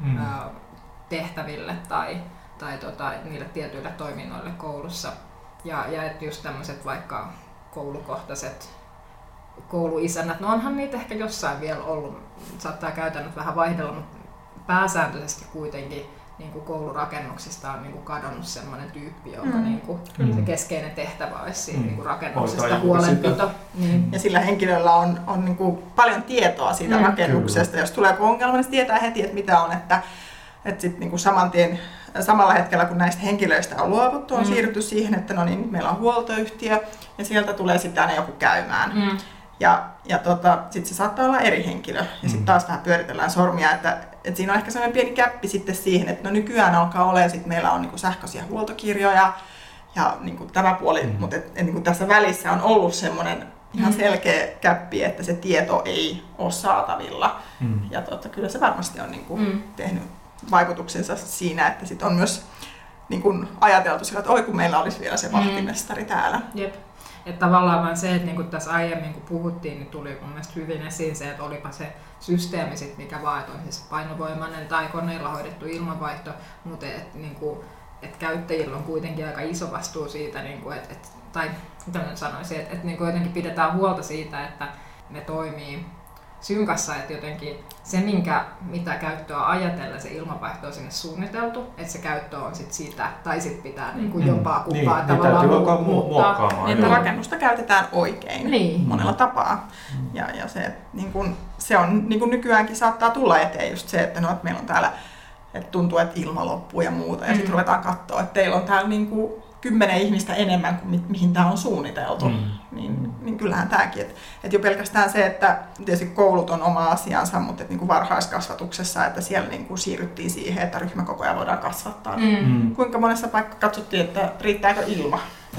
tehtäville tai niille tietyille toiminnoille koulussa. Ja että just tämmöiset vaikka koulukohtaiset kouluisännät, no onhan niitä ehkä jossain vielä ollut, saattaa käytännöt vähän vaihdella, mutta pääsääntöisesti kuitenkin niin kuin koulurakennuksista on niin kuin kadonnut semmoinen tyyppi, jonka niin kuin se keskeinen tehtävä olisi siinä niin kuin rakennuksesta huolenpito. Niin. Ja sillä henkilöllä on niin kuin paljon tietoa siitä rakennuksesta. Kyllä. Jos tulee ongelma, niin se tietää heti, että mitä on. Että sit niin kuin samalla hetkellä, kun näistä henkilöistä on luovuttu, on siirrytty siihen, että no niin, meillä on huoltoyhtiö ja sieltä tulee sitten aina joku käymään. Ja sitten se saattaa olla eri henkilö. Ja sitten taas vähän pyöritellään sormia, että siinä on ehkä sellainen pieni käppi sitten siihen, että no nykyään alkaa olemaan, sitten meillä on niinku sähköisiä huoltokirjoja ja niinku tämä puoli, mutta niinku tässä välissä on ollut semmoinen ihan selkeä käppi, että se tieto ei ole saatavilla. Ja kyllä se varmasti on niinku tehnyt vaikutuksensa siinä, että sit on myös niinku ajateltu sillä, että oi kun meillä olisi vielä se vahtimestari täällä. Jep. Että tavallaan vaan se, että niin kuin tässä aiemmin kun puhuttiin, niin tuli mun mielestä hyvin esiin se, että olipa se systeemi sit mikä vaan, että on siis painovoimainen tai koneilla hoidettu ilmanvaihto, mutta että käyttäjillä on kuitenkin aika iso vastuu siitä, niin kuin, tai mitä mä sanoisin, että niin kuin jotenkin pidetään huolta siitä, että ne toimii synkassa, että jotenkin se, mitä käyttöä ajatellen se ilmanvaihto on sinne suunniteltu, että se käyttö on sit siitä, tai sit pitää niinku jompaa kumpaa tavallaan muuttaa. Että rakennusta käytetään oikein monella tapaa. Ja se, se on nykyäänkin saattaa tulla eteen just se, että no, meillä on täällä, että tuntuu, että ilma loppuu ja muuta, ja sitten ruvetaan katsoa, että teillä on täällä 10 ihmistä enemmän kuin mihin tämä on suunniteltu, niin kyllähän tämäkin, että jo pelkästään se, että tietysti koulut on oma asiansa, mutta että varhaiskasvatuksessa, että siellä siirryttiin siihen, että ryhmäkokoja voidaan kasvattaa. Kuinka monessa paikassa katsottiin, että riittääkö ilma?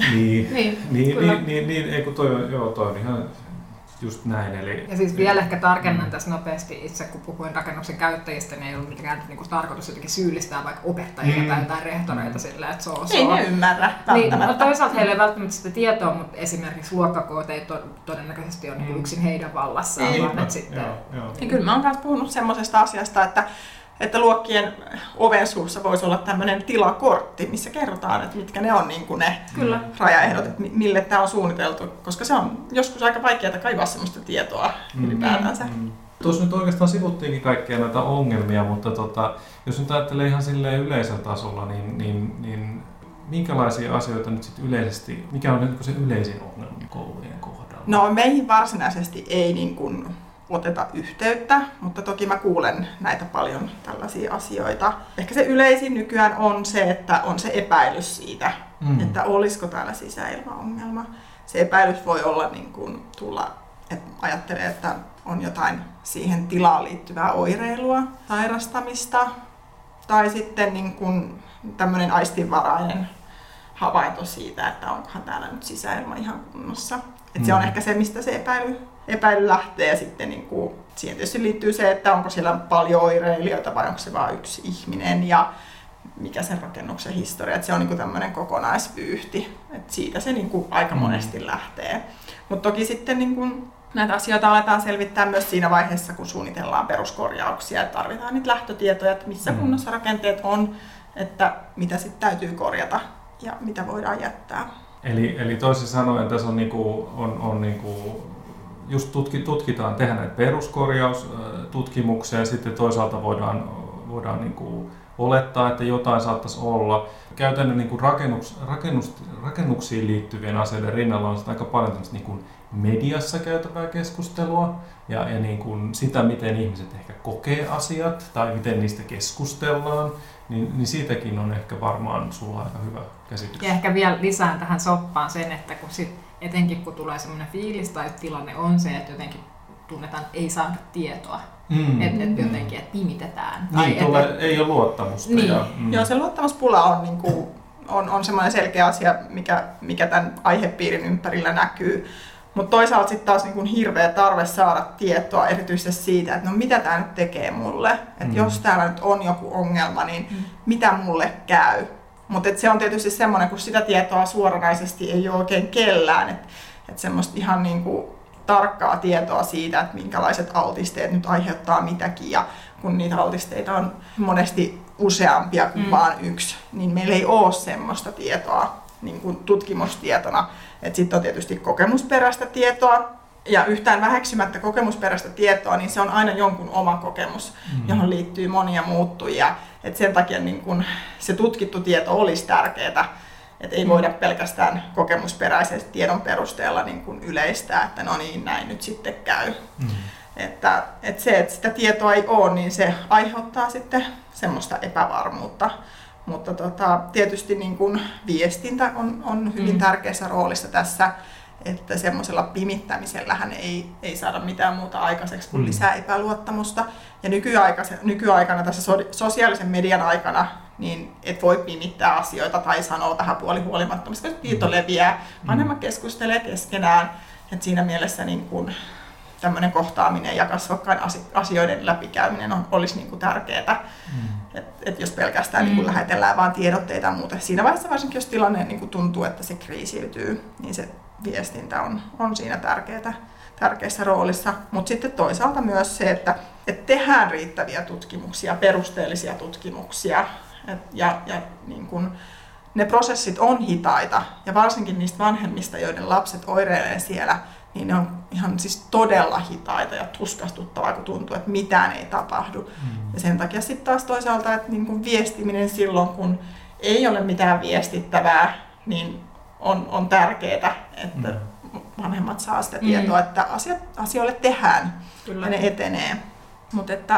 Niin, toi on ihan just näin. Eli, ja siis vielä ehkä tarkennan tässä nopeasti itse, kun puhuin rakennuksen käyttäjistä, niin ei ollut mitenkään tarkoitus jotenkin syyllistää vaikka opettajia tai jotain rehtoreita sillä, että ei ne ymmärrä välttämättä. No toisaalta heillä ei välttämättä sitä tietoa, mutta esimerkiksi luokkakoot ei todennäköisesti ole yksin heidän vallassaan. Vaan että sitten... Ja kyllä mä oon myös puhunut semmoisesta asiasta, että luokkien oven suussa voisi olla tämmöinen tilakortti, missä kerrotaan, että mitkä ne on ne rajaehdot, että mille tämä on suunniteltu, koska se on joskus aika vaikeaa kaivaa semmoista tietoa ylipäätänsä. Tuossa nyt oikeastaan sivuttiinkin kaikkia näitä ongelmia, mutta jos nyt ajattelee ihan silleen yleisellä tasolla, niin minkälaisia asioita nyt sitten yleisesti, mikä on nyt se yleisin ongelma koulujen kohdalla? No meihin varsinaisesti ei oteta yhteyttä, mutta toki mä kuulen näitä paljon tällaisia asioita. Ehkä se yleisin nykyään on se, että on se epäilys siitä, että olisiko täällä sisäilmaongelma. Se epäilys voi olla tulla, että ajattelee, että on jotain siihen tilaan liittyvää oireilua, sairastamista tai sitten tämmöinen aistinvarainen havainto siitä, että onkohan täällä nyt sisäilma ihan kunnossa. Se on ehkä se, mistä se epäily lähtee ja sitten siihen tietysti liittyy se, että onko siellä paljon oireilijoita vai onko se vain yksi ihminen ja mikä sen rakennuksen historia. Se on tämmöinen kokonaisvyyhti. Siitä se aika monesti lähtee. Mutta toki sitten näitä asioita aletaan selvittää myös siinä vaiheessa, kun suunnitellaan peruskorjauksia. Että tarvitaan niitä lähtötietoja, että missä kunnossa rakenteet on, että mitä sitten täytyy korjata ja mitä voidaan jättää. Eli toisin sanoen tässä on just tutkitaan, tehdään näitä peruskorjaustutkimuksia ja sitten toisaalta voidaan niinku olettaa, että jotain saattaisi olla. Käytännön niinku rakennuksiin liittyvien asioiden rinnalla on aika paljon niinku mediassa käytävää keskustelua ja niinku sitä, miten ihmiset ehkä kokee asiat tai miten niistä keskustellaan. Niin siitäkin on ehkä varmaan sulla aika hyvä käsitys. Ja ehkä vielä lisään tähän soppaan sen, että etenkin kun tulee sellainen fiilis tai tilanne on se, että jotenkin tunnetaan, että ei saada tietoa. Että jotenkin, että pimitetään. Niin, ei ole luottamusta. Niin. Joo, se luottamuspula on semmoinen selkeä asia, mikä tämän aihepiirin ympärillä näkyy. Mutta toisaalta sitten taas hirveä tarve saada tietoa erityisesti siitä, että no mitä tämä nyt tekee mulle. Että jos täällä nyt on joku ongelma, niin mitä mulle käy. Mutta se on tietysti semmoinen, kun sitä tietoa suoranaisesti ei ole oikein kellään. Että semmoista ihan tarkkaa tietoa siitä, että minkälaiset altisteet nyt aiheuttaa mitäkin. Ja kun niitä altisteita on monesti useampia kuin vaan yksi, niin meillä ei ole semmoista tietoa niin kuin tutkimustietona. Sitten on tietysti kokemusperäistä tietoa, ja yhtään väheksymättä kokemusperäistä tietoa, niin se on aina jonkun oma kokemus, johon liittyy monia muuttujia. Et sen takia niin kun se tutkittu tieto olisi tärkeää, että ei voida pelkästään kokemusperäisen tiedon perusteella niin kun yleistää, että no niin, näin nyt sitten käy. Että se, että sitä tietoa ei ole, niin se aiheuttaa sitten semmoista epävarmuutta. Mutta tietysti niin kun viestintä on hyvin tärkeässä roolissa tässä, että semmoisella pimittämisellähän ei saada mitään muuta aikaiseksi kuin lisää epäluottamusta. Ja nykyaikana, tässä sosiaalisen median aikana, niin et voi pimittää asioita tai sanoa tähän puolihuolimattomasti, koska tieto leviää. Vanhemmat keskustelee keskenään, että siinä mielessä niin kun tämmöinen kohtaaminen ja kasvokkain asioiden läpikäyminen olisi niin kuin tärkeää. Et jos pelkästään niin kuin lähetellään vaan tiedotteita ja muuta. Siinä vaiheessa varsinkin, jos tilanne niin kuin tuntuu, että se kriisiytyy, niin se viestintä on siinä tärkeässä roolissa. Mutta sitten toisaalta myös se, että tehdään riittäviä tutkimuksia, perusteellisia tutkimuksia. Ja niin kuin ne prosessit on hitaita. Ja varsinkin niistä vanhemmista, joiden lapset oireilee siellä, niin ne on ihan siis todella hitaita ja tuskastuttavaa, kun tuntuu, että mitään ei tapahdu. Ja sen takia sitten taas toisaalta, että niin kun viestiminen silloin, kun ei ole mitään viestittävää, niin on tärkeää, että vanhemmat saa sitä tietoa, että asioille tehdään. Kyllä. Ja ne etenee. Mutta että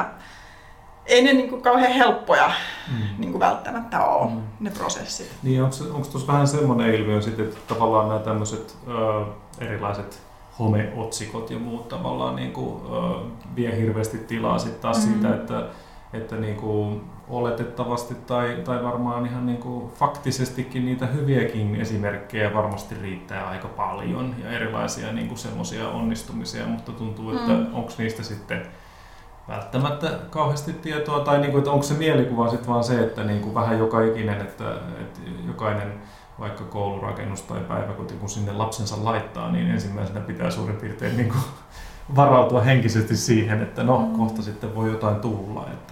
ei ne niin kuin kauhean helppoja niin kuin välttämättä ole, ne prosessit. Niin, onko tuossa vähän semmoinen ilmiö sitten, että tavallaan nämä tämmöiset erilaiset homeotsikot ja muut tavallaan niin kuin, vie hirveästi tilaa sitten taas siitä, että niin kuin oletettavasti tai varmaan ihan niin kuin faktisestikin niitä hyviäkin esimerkkejä varmasti riittää aika paljon ja erilaisia niin kuin semmoisia onnistumisia, mutta tuntuu, että onko niistä sitten välttämättä kauheasti tietoa tai niin kuin, että onko se mielikuva sitten vaan se, että niin kuin vähän joka ikinen, että jokainen vaikka koulurakennus tai päiväkoti, kun sinne lapsensa laittaa, niin ensimmäisenä pitää suurin piirtein niin kuin varautua henkisesti siihen, että no kohta sitten voi jotain tulla. Että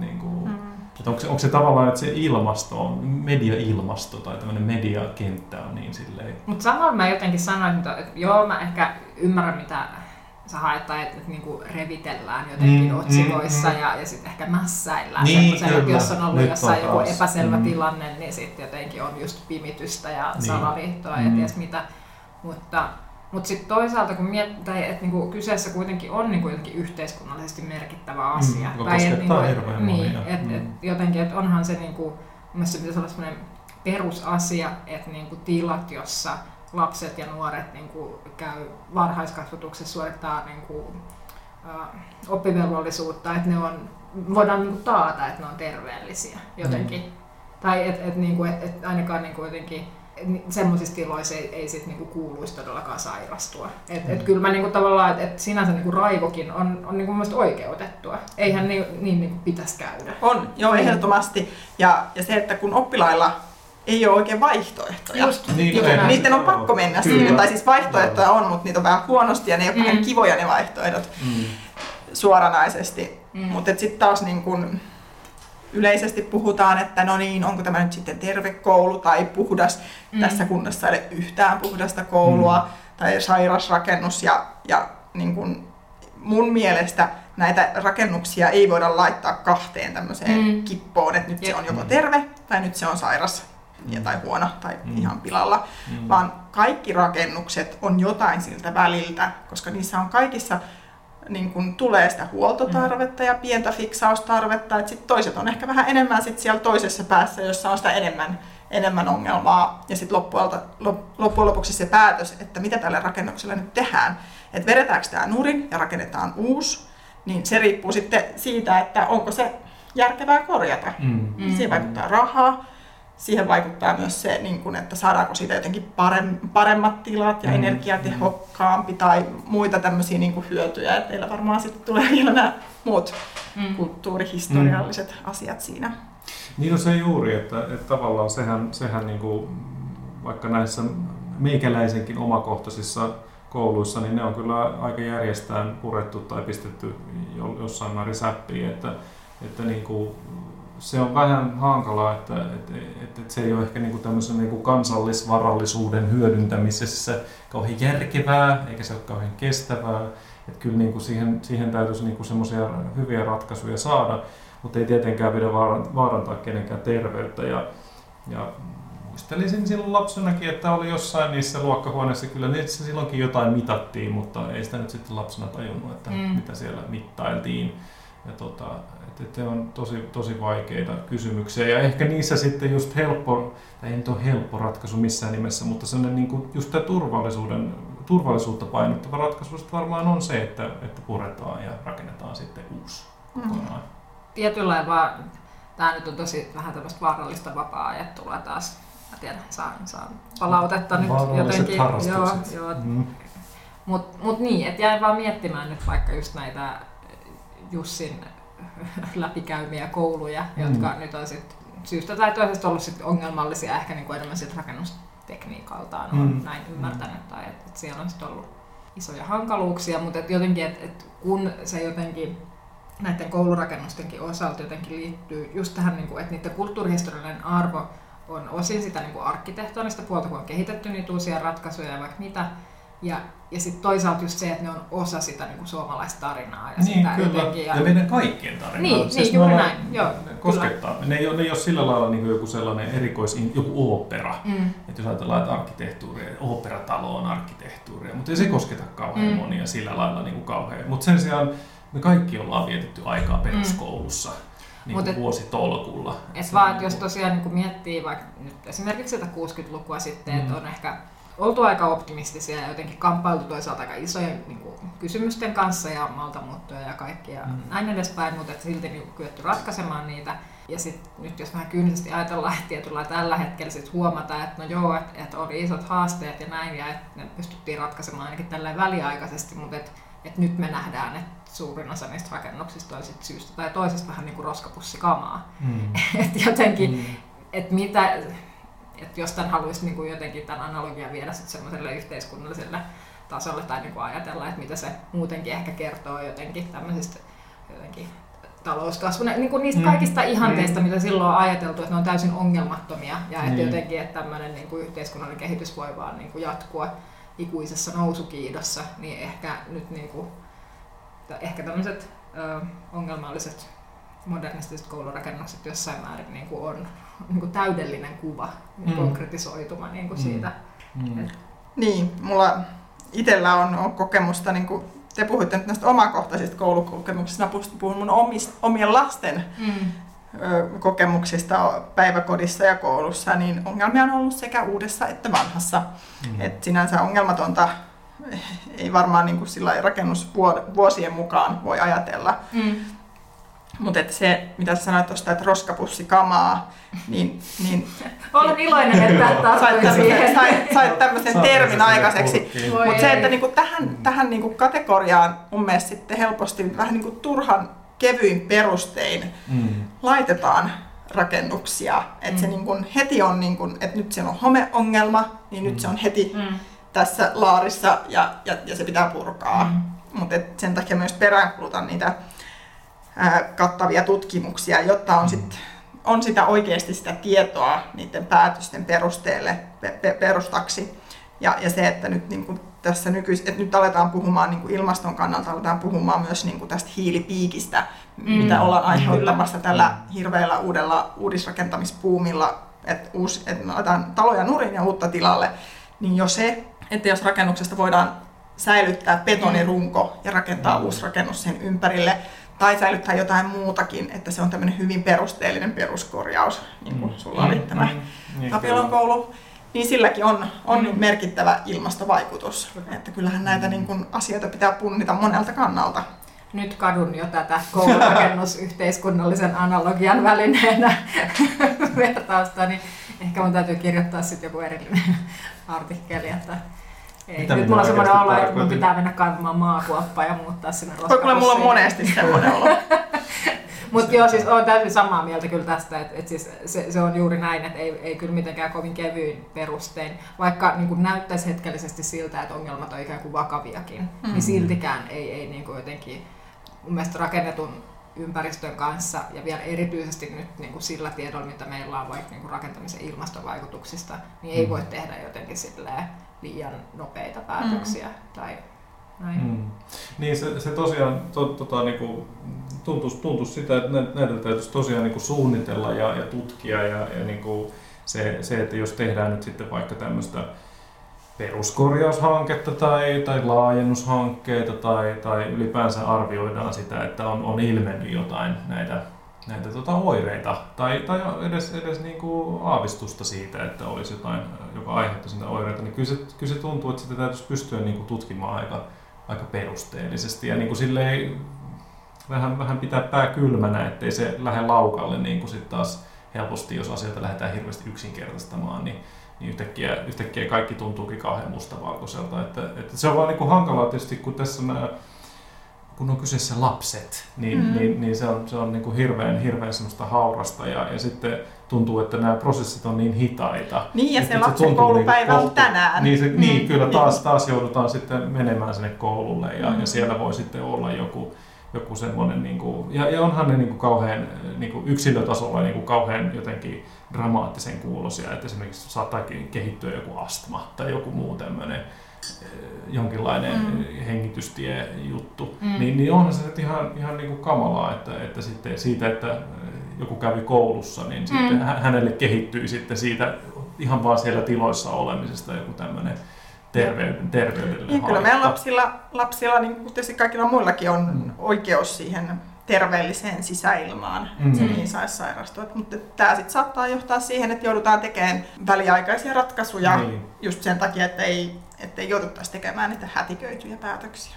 onko se tavallaan, että se ilmasto on, media-ilmasto tai tämmöinen mediakenttä on niin silleen. Mutta samalla mä jotenkin sanoin, että joo, mä ehkä ymmärrän mitä sä haet, tai että niinku revitellään jotenkin otsikoissa ja sitten ehkä mässäillään semmoisen, että jos on ollut jossain joku epäselvä tilanne, niin sitten jotenkin on just pimitystä ja salaliittoa ja ties mitä. Mutta sitten toisaalta kun miettii, että niinku kyseessä kuitenkin on niinku jotenkin yhteiskunnallisesti merkittävä asia. Tai että jotenkin, että onhan se niinku, mielestäni se pitäisi olla semmoinen perusasia, että niinku tilat, jossa lapset ja nuoret niinku käy varhaiskasvatuksessa, suorittaa niinku, oppivelvollisuutta, että ne voidaan niinku taata, että ne on terveellisiä jotenkin. Tai että ainakaan niinku jotenkin semmoisissa tiloissa ei sit niinku kuuluisi todellakaan sairastua. Et kyllä mä niinku tavallaan, että sinänsä niinku raivokin on niinku mun oikeutettua. Eihän niin niinku pitäisi käydä. On, joo, ehdottomasti. Ja se, että kun oppilailla ei ole oikein vaihtoehtoja. Niiden on pakko mennä sinne, tai siis vaihtoehtoja on, mutta niitä on vähän huonosti ja ne ei ole vähän kivoja ne vaihtoehdot suoranaisesti. Mutta sitten taas niin kun yleisesti puhutaan, että no niin, onko tämä nyt sitten terve koulu tai puhdas. Tässä kunnassa ei ole yhtään puhdasta koulua tai sairas rakennus ja niin kun mun mielestä näitä rakennuksia ei voida laittaa kahteen tämmöiseen kippoon, että nyt se on joko terve tai nyt se on sairas tai huono tai ihan pilalla, vaan kaikki rakennukset on jotain siltä väliltä, koska niissä on kaikissa niin kun tulee sitä huoltotarvetta ja pientä fiksaustarvetta, että sit toiset on ehkä vähän enemmän sit siellä toisessa päässä, jossa on sitä enemmän ongelmaa. Ja sitten loppujen lopuksi se päätös, että mitä tälle rakennukselle nyt tehdään, että vedetäänkö tämä nurin ja rakennetaan uusi, niin se riippuu sitten siitä, että onko se järkevää korjata. Siihen vaikuttaa rahaa. Siihen vaikuttaa myös se, että saadaanko siitä jotenkin paremmat tilat ja energiatehokkaampi tai muita tämmöisiä hyötyjä. Et teillä varmaan sitten tulee vielä nämä muut kulttuurihistorialliset asiat siinä. Niin on se juuri, että tavallaan sehän vaikka näissä meikäläisenkin omakohtaisissa kouluissa, niin ne on kyllä aika järjestään purettu tai pistetty jossain määrin säppiin, että se on vähän hankalaa, että se ei ole ehkä tämmöisen kansallisvarallisuuden hyödyntämisessä kauhean järkevää, eikä se ole kauhean kestävää. Että kyllä siihen täytyisi semmoisia hyviä ratkaisuja saada, mutta ei tietenkään pidä vaarantaa kenenkään terveyttä. Ja muistelisin silloin lapsenakin, että oli jossain niissä luokkahuoneissa, kyllä niissä silloinkin jotain mitattiin, mutta ei sitä nyt sitten lapsena tajunnut, että mitä siellä mittailtiin. Ja että on tosi vaikeita kysymyksiä ja ehkä niissä sitten just helppo, tai ei nyt ole helppo ratkaisu missään nimessä, mutta sellainen just tämä turvallisuutta painottava ratkaisu varmaan on se, että puretaan ja rakennetaan sitten uusi kokonaan. Tietyllä lailla tämä nyt on tosi vähän tämmöistä vaarallista vapaa-ajattelua taas. Mä tiedän, saan palautetta nyt jotenkin. Joo. Mut niin, että jäin vaan miettimään nyt vaikka just näitä Jussin läpikäymiä kouluja, jotka nyt on sit syystä tai toisesta ollut sit ongelmallisia ehkä enemmän sit rakennustekniikaltaan, olen näin ymmärtänyt, tai että siellä on sit ollut isoja hankaluuksia, mutta jotenkin, että kun se jotenkin näiden koulurakennustenkin osalta jotenkin liittyy just tähän, että niiden kulttuurihistoriallinen arvo on osin sitä arkkitehtonista puolta, kun on kehitetty niitä uusia ratkaisuja ja vaikka mitä, ja sitten toisaalta just se, että ne on osa sitä suomalaista tarinaa. Ja niin, sitä kyllä. Jotenkin, ja meidän kaikkien tarinaa. Niin, juuri näin. Joo, koskettaa. Ne ei ole sillä lailla joku sellainen joku ooppera. Että jos ajatellaan, että arkkitehtuuria, oopperatalo on arkkitehtuuria, mutta ei se kosketa kauhean monia sillä lailla kauhean. Mutta sen sijaan me kaikki ollaan vietetty aikaa peruskoulussa. Vuositolkulla. Että jos tosiaan miettii vaikka nyt esimerkiksi sitä 60-lukua sitten, että on ehkä oltu aika optimistisia ja jotenkin kamppailtu toisaalta aika isojen kysymysten kanssa ja maaltamuuttoja ja kaikkia näin edespäin, mutta silti kyetty ratkaisemaan niitä. Ja sitten nyt jos vähän kyynisesti ajatellaan, että tietyllä tällä hetkellä sit huomataan, että no joo, että oli isot haasteet ja näin ja että ne pystyttiin ratkaisemaan ainakin tälleen väliaikaisesti, mutta että nyt me nähdään, että suurin osa niistä rakennuksista on sit syystä tai toisesta vähän roskapussikamaa. Että jotenkin, että jos tämän haluaisi jotenkin tämän analogian viedä semmoiselle yhteiskunnalliselle tasolle tai ajatella, että mitä se muutenkin ehkä kertoo jotenkin tämmöisistä talouskasvun, niistä kaikista ihanteista, mitä silloin on ajateltu, että ne on täysin ongelmattomia ja että jotenkin, että tämmöinen yhteiskunnallinen kehitys voi vaan jatkua ikuisessa nousukiidossa, niin ehkä nyt ehkä tämmöiset ongelmalliset modernistiset koulurakennukset jossain määrin on täydellinen kuva, konkretisoituma siitä. Niin, mulla itsellä on kokemusta, te puhuitte nyt näistä omakohtaisista koulukokemuksista, mä puhun mun omien lasten kokemuksista päiväkodissa ja koulussa, niin ongelmia on ollut sekä uudessa että vanhassa. Et sinänsä ongelmatonta ei varmaan sillä rakennusvuosien mukaan voi ajatella. Mutta se, mitä sä sanoit tuosta, että roskapussikamaa, niin olen iloinen, että sait tämmöisen termin aikaiseksi. Mutta se, että tähän kategoriaan mun mielestä sitten helposti vähän turhan kevyin perustein laitetaan rakennuksia. Että se niin kun heti on, niin kun, että nyt siellä on homeongelma, niin nyt se on heti tässä laarissa ja se pitää purkaa. Mutta sen takia myös peräänkulutan niitä kattavia tutkimuksia, jotta on sitä oikeasti sitä tietoa niiden päätösten perustaksi. Ja se, että nyt niin kuin tässä että nyt aletaan puhumaan niin kuin ilmaston kannalta, aletaan puhumaan myös niin kuin tästä hiilipiikistä, mitä ollaan aiheuttamassa tällä hirveällä uudella uudisrakentamispuumilla, että aletaan taloja nurin ja uutta tilalle, niin jo se, että jos rakennuksesta voidaan säilyttää betonirunko ja rakentaa uusi rakennus sen ympärille, tai säilyttää jotain muutakin, että se on tämmöinen hyvin perusteellinen peruskorjaus, niin kuin sulla oli tämä Tapiolan koulu, niin silläkin on merkittävä ilmastovaikutus. Että kyllähän näitä niin kuin asioita pitää punnita monelta kannalta. Nyt kadun jo tätä koulurakennus-yhteiskunnallisen analogian välineenä vertausta, niin ehkä mun täytyy kirjoittaa sitten joku erillinen artikkeli, että nyt mulla on semmoinen olo, että mun pitää mennä kaivamaan maakuoppaa ja muuttaa sinne roskapussiin. Kyllä mulla on monesti semmoinen olo. Mutta joo, siis olen täysin samaa mieltä kyllä tästä, että siis se on juuri näin, että ei kyllä mitenkään kovin kevyin perustein. Vaikka niin kuin näyttäisi hetkellisesti siltä, että ongelmat on ikään kuin vakaviakin, niin siltikään ei niin kuin jotenkin mun mielestä rakennetun ympäristön kanssa ja vielä erityisesti nyt niin kuin sillä tiedolla, mitä meillä on vaikka niin kuin rakentamisen ilmastovaikutuksista, niin ei voi tehdä jotenkin silleen liian nopeita päätöksiä tai näin. Niin se tosiaan niinku, tuntuisi sitä, että näitä täytyisi tosiaan niinku suunnitella ja tutkia ja niinku se, että jos tehdään nyt sitten vaikka tämmöistä peruskorjaushanketta tai laajennushankkeita tai ylipäänsä arvioidaan sitä, että on ilmennyt jotain näitä oireita tai edes niinku aavistusta siitä, että olisi jotain, joka aiheuttaisi niitä oireita, niin kyllä se tuntuu, että sitä täytyisi pystyä niinku tutkimaan aika perusteellisesti ja niinku silleen vähän pitää pää kylmänä, ettei se lähde laukalle niin kuin sit taas helposti, jos asioita lähdetään hirveästi yksinkertaistamaan, niin yhtäkkiä kaikki tuntuukin kauhean mustavalkoiselta. Että se on vaan niin kuin hankalaa tietysti, kun tässä kun on kyseessä lapset, niin se on niin kuin hirveän semmoista haurasta ja sitten tuntuu, että nämä prosessit on niin hitaita. Niin, ja se lapsen koulupäivä on tänään. Niin, kyllä taas joudutaan sitten menemään sinne koululle ja siellä voi sitten olla joku semmoinen, ja onhan ne kauhean yksilötasolla kauhean jotenkin dramaattisen kuuloisia, että esimerkiksi saattaa kehittyä joku astma tai joku muu tämmöinen jonkinlainen hengitystiejuttu, niin onhan se ihan niin kuin kamalaa, että sitten siitä, että joku kävi koulussa, niin sitten hänelle kehittyy sitten siitä ihan vaan siellä tiloissa olemisesta joku tämmöinen terveydellinen niin, kyllä meidän lapsilla niin kuin tietysti kaikilla muillakin on oikeus siihen terveelliseen sisäilmaan, että se niin saisi sairastua. Mutta tämä sitten saattaa johtaa siihen, että joudutaan tekemään väliaikaisia ratkaisuja just sen takia, ettei jouduttaisi tekemään niitä hätiköityjä päätöksiä.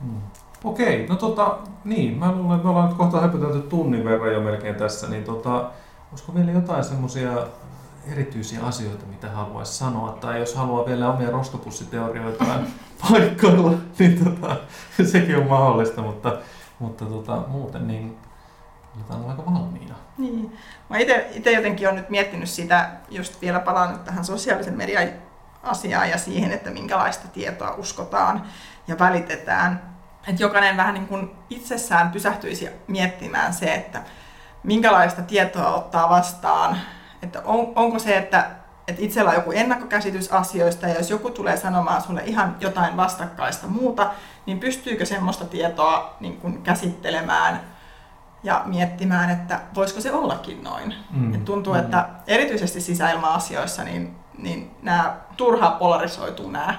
Okei, no niin, mä luulen, että me ollaan nyt kohta höpötelty tunnin verran jo melkein tässä, niin olisiko vielä jotain semmoisia erityisiä asioita, mitä haluaisi sanoa, tai jos haluaa vielä omia roskapussiteorioitaan paikkoilla, niin sekin on mahdollista, mutta muuten niin ollaan aika valmiina. Niin. Mä itse jotenkin olen nyt miettinyt sitä, just vielä palaan nyt tähän sosiaalisen median asiaan ja siihen, että minkälaista tietoa uskotaan ja välitetään. Että jokainen vähän niin kuin itsessään pysähtyisi miettimään se, että minkälaista tietoa ottaa vastaan. Että onko se, että itsellä on joku ennakkokäsitys asioista ja jos joku tulee sanomaan sulle ihan jotain vastakkaista muuta, niin pystyykö semmoista tietoa niin kuin käsittelemään ja miettimään, että voisiko se ollakin noin. Et tuntuu, että erityisesti sisäilma-asioissa niin nämä turhaan polarisoituu nämä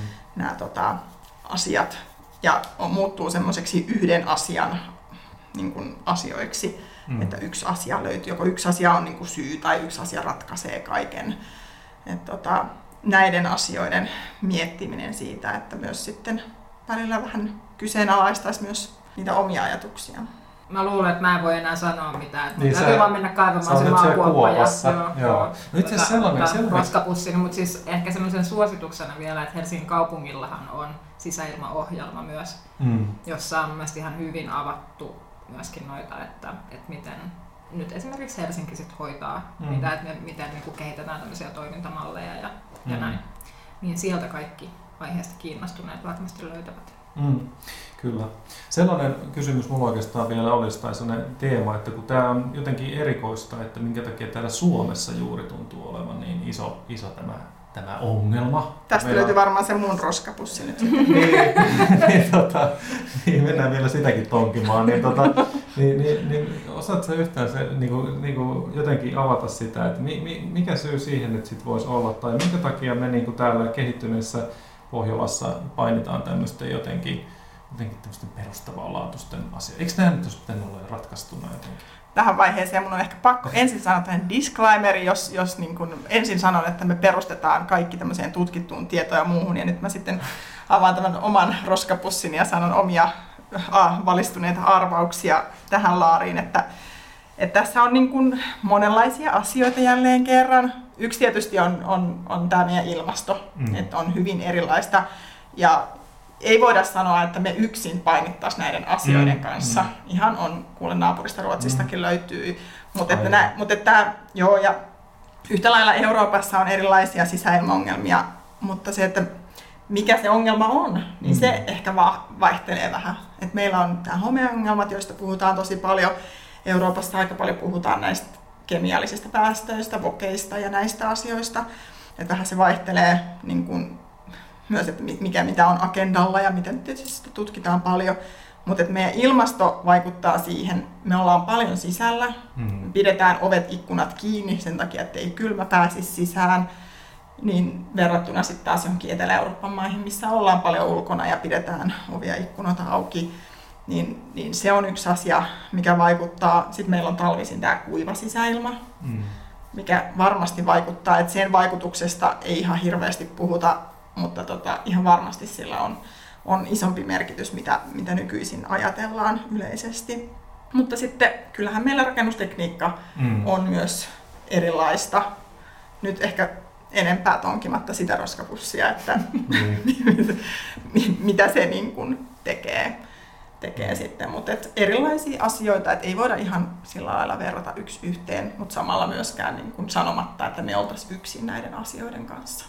asiat ja muuttuu semmoiseksi yhden asian niin kuin asioiksi. Että yksi asia löytyy, joko yksi asia on niin kuin syy tai yksi asia ratkaisee kaiken. Näiden asioiden miettiminen siitä, että myös sitten välillä vähän kyseenalaistaisi myös niitä omia ajatuksia. Mä luulen, että mä en voi enää sanoa mitään. Niin täytyy vaan mennä kaivamaan se maakuoppa ja itse sellainen roskapussin. Mutta siis ehkä sellaisen suosituksena vielä, että Helsingin kaupungillahan on sisäilmaohjelma myös, jossa on mielestäni ihan hyvin avattu myöskin noita, että miten nyt esimerkiksi Helsinki sit hoitaa niitä, että miten niin kuin kehitetään tämmöisiä toimintamalleja ja näin. Niin sieltä kaikki aiheesta kiinnostuneet varmasti löytävät. Kyllä. Sellainen kysymys mulla oikeastaan vielä olisi, tai sellainen teema, että kun tämä on jotenkin erikoista, että minkä takia täällä Suomessa juuri tuntuu olevan niin iso tämä ongelma. Tästä löytyy varmaan se mun roskapussi nyt. niin, mennään vielä sitäkin tonkimaan. Niin, osaatko yhtään se, niinku jotenkin avata sitä, että mikä syy siihen nyt sit voisi olla, tai minkä takia me niinku täällä kehittyneessä Pohjolassa painitaan tämmöisten jotenkin tämmöisten perustavanlaatuisten asioiden. Eikö nämä nyt olisi pitänyt olla jo ratkaistuna jotenkin? Tähän vaiheeseen mun on ehkä pakko ensin sanoa tähän disclaimeri, jos niin kun ensin sanon, että me perustetaan kaikki tämmöiseen tutkittuun tietoon ja muuhun, ja nyt mä sitten avaan tämän oman roskapussini ja sanon omia valistuneita arvauksia tähän laariin, että tässä on niin kun monenlaisia asioita jälleen kerran. Yksi tietysti on tämä meidän ilmasto, että on hyvin erilaista, ja ei voida sanoa, että me yksin painittaisiin näiden asioiden kanssa. Ihan on, kuulen naapurista Ruotsistakin löytyy. Ja yhtä lailla Euroopassa on erilaisia sisäilmaongelmia, mutta se, että mikä se ongelma on, niin se ehkä vaihtelee vähän. Et meillä on nämä homeongelmat, joista puhutaan tosi paljon. Euroopassa aika paljon puhutaan näistä kemiallisista päästöistä, vokeista ja näistä asioista. Et vähän se vaihtelee niin kun myös, että mitä on agendalla ja miten tietysti sitä tutkitaan paljon. Mutta meidän ilmasto vaikuttaa siihen. Me ollaan paljon sisällä, pidetään ovet, ikkunat kiinni sen takia, ettei kylmä pääsisi sisään. Niin verrattuna sitten taas johonkin Etelä-Euroopan maihin, missä ollaan paljon ulkona ja pidetään ovia ja ikkunoita auki. Niin se on yksi asia, mikä vaikuttaa. Sitten meillä on talvisin tämä kuiva sisäilma, mikä varmasti vaikuttaa. Et sen vaikutuksesta ei ihan hirveästi puhuta, mutta ihan varmasti sillä on isompi merkitys, mitä nykyisin ajatellaan yleisesti. Mutta sitten kyllähän meillä rakennustekniikka on myös erilaista. Nyt ehkä enempää tonkimatta sitä roskapussia, että mitä se niin kuin tekee sitten. Mutta erilaisia asioita, että ei voida ihan sillä lailla verrata yksi yhteen, mutta samalla myöskään niin kuin sanomatta, että me oltaisiin yksin näiden asioiden kanssa.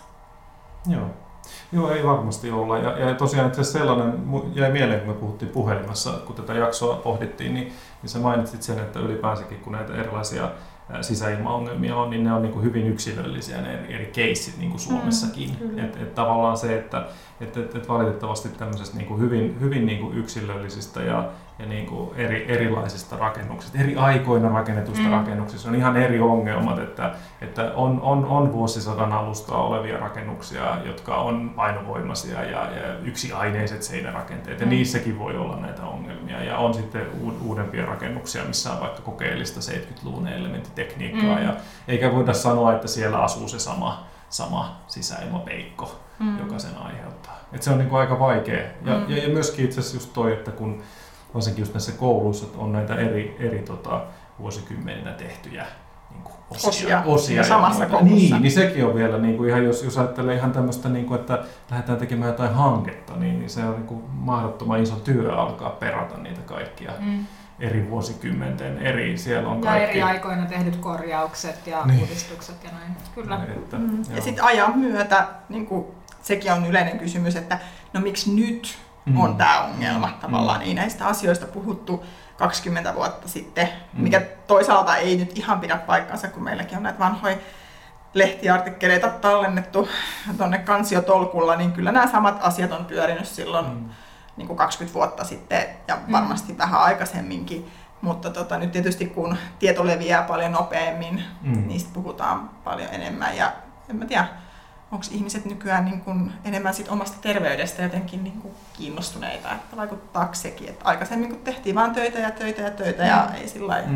Joo, ei varmasti olla. Ja tosiaan itse asiassa sellainen jäi mieleen, kun me puhuttiin puhelimessa, kun tätä jaksoa pohdittiin, niin sä mainitsit sen, että ylipäänsäkin kun näitä erilaisia sisäilmaongelmia on, niin ne on niin kuin hyvin yksilöllisiä ne eri keissit niin kuin Suomessakin. Et tavallaan se, että valitettavasti tämmöisestä niin kuin hyvin niin kuin yksilöllisistä ja niin kuin erilaisista rakennuksista, eri aikoina rakennetuista rakennuksista on ihan eri ongelmat, että on vuosisadan alusta olevia rakennuksia, jotka on painovoimaisia ja yksiaineiset seinärakenteet, ja niissäkin voi olla näitä ongelmia. Ja on sitten uudempia rakennuksia, missä on vaikka kokeellista 70-luvun elementtitekniikkaa, ja eikä voida sanoa, että siellä asuu se sama sisäilmapeikko, joka sen aiheuttaa. Et se on niin kuin aika vaikea. Ja myöskin itse asiassa just toi, että kun varsinkin just näissä kouluissa on näitä eri vuosikymmeninä tehtyjä niin kuin osia samassa koulussa. Niin sekin on vielä, niin kuin ihan, jos ajattelee ihan tämmöistä, niin kuin, että lähdetään tekemään jotain hanketta, niin se on niin kuin mahdottoman iso työ alkaa perata niitä kaikkia eri vuosikymmenten siellä on kaikki. Ja eri aikoina tehdyt korjaukset ja uudistukset ja näin. Kyllä. Ja sitten ajan myötä, niin kuin sekin on yleinen kysymys, että no miksi nyt on tämä ongelma. Tavallaan ei näistä asioista puhuttu 20 vuotta sitten, mikä toisaalta ei nyt ihan pidä paikkansa, kun meilläkin on näitä vanhoja lehtiartikkeleita tallennettu tuonne kansiotolkulla, niin kyllä nämä samat asiat on pyörinyt silloin niin kuin 20 vuotta sitten ja varmasti vähän aikaisemminkin. Mutta nyt tietysti kun tieto leviää paljon nopeammin, niistä puhutaan paljon enemmän ja en mä tiedä, onko ihmiset nykyään niin kuin enemmän sit omasta terveydestä jotenkin niin kuin kiinnostuneita, että vaikuttaako sekin, että aikaisemmin kun tehtiin vaan töitä ja ei sillä lailla.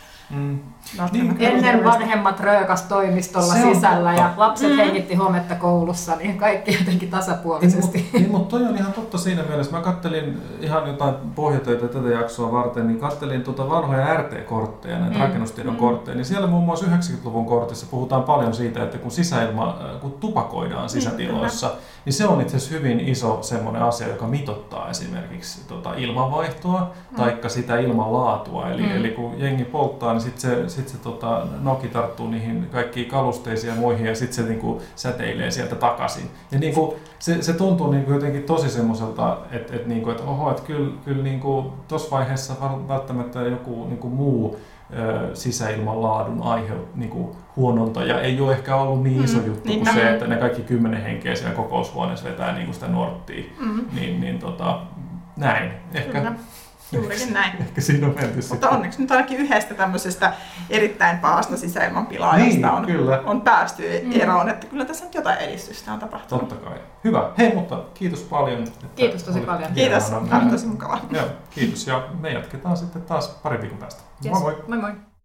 Ennen vanhemmat röökas toimistolla sisällä ja lapset hengitti hometta koulussa, niin kaikki jotenkin tasapuolisesti. Mutta toi on ihan totta siinä mielessä. Mä kattelin ihan jotain pohjatöitä tätä jaksoa varten, niin kattelin vanhoja RT-kortteja, näitä rakennustiedon kortteja, niin siellä muun muassa 90-luvun kortissa puhutaan paljon siitä, että kun tupakoidaan sisätiloissa, niin se on itse asiassa hyvin iso semmoinen asia, joka mitottaa esimerkiksi ilmanvaihtoa taikka sitä ilmanlaatua. Eli kun jengi polttaa, niin sitten se noki tarttuu niihin kaikkiin kalusteisiin ja muihin ja sitten se niinku säteilee sieltä takaisin. Ja niinku, se tuntuu niinku jotenkin tosi semmoiselta, että kyllä niinku tuossa vaiheessa välttämättä joku niinku muu sisäilman laadun niinku huonontaja ei ole ehkä ollut niin iso juttu kuin se, että ne kaikki 10 henkeä siellä kokoushuoneessa vetää niinku sitä norttia. Näin. Ehkä. Juurikin näin. Ehkä siinä on menty. Mutta onneksi nyt ainakin yhdestä tämmöisestä erittäin pahasta sisäilmanpilaajasta on päästy eroon, että kyllä tässä nyt jotain edistystä on tapahtunut. Totta kai. Hyvä. Hei, mutta kiitos paljon. Kiitos tosi paljon. Kiitos, on tosi mukavaa. Joo, kiitos ja me jatketaan sitten taas pari viikon päästä. Yes. Moi moi. Moi moi.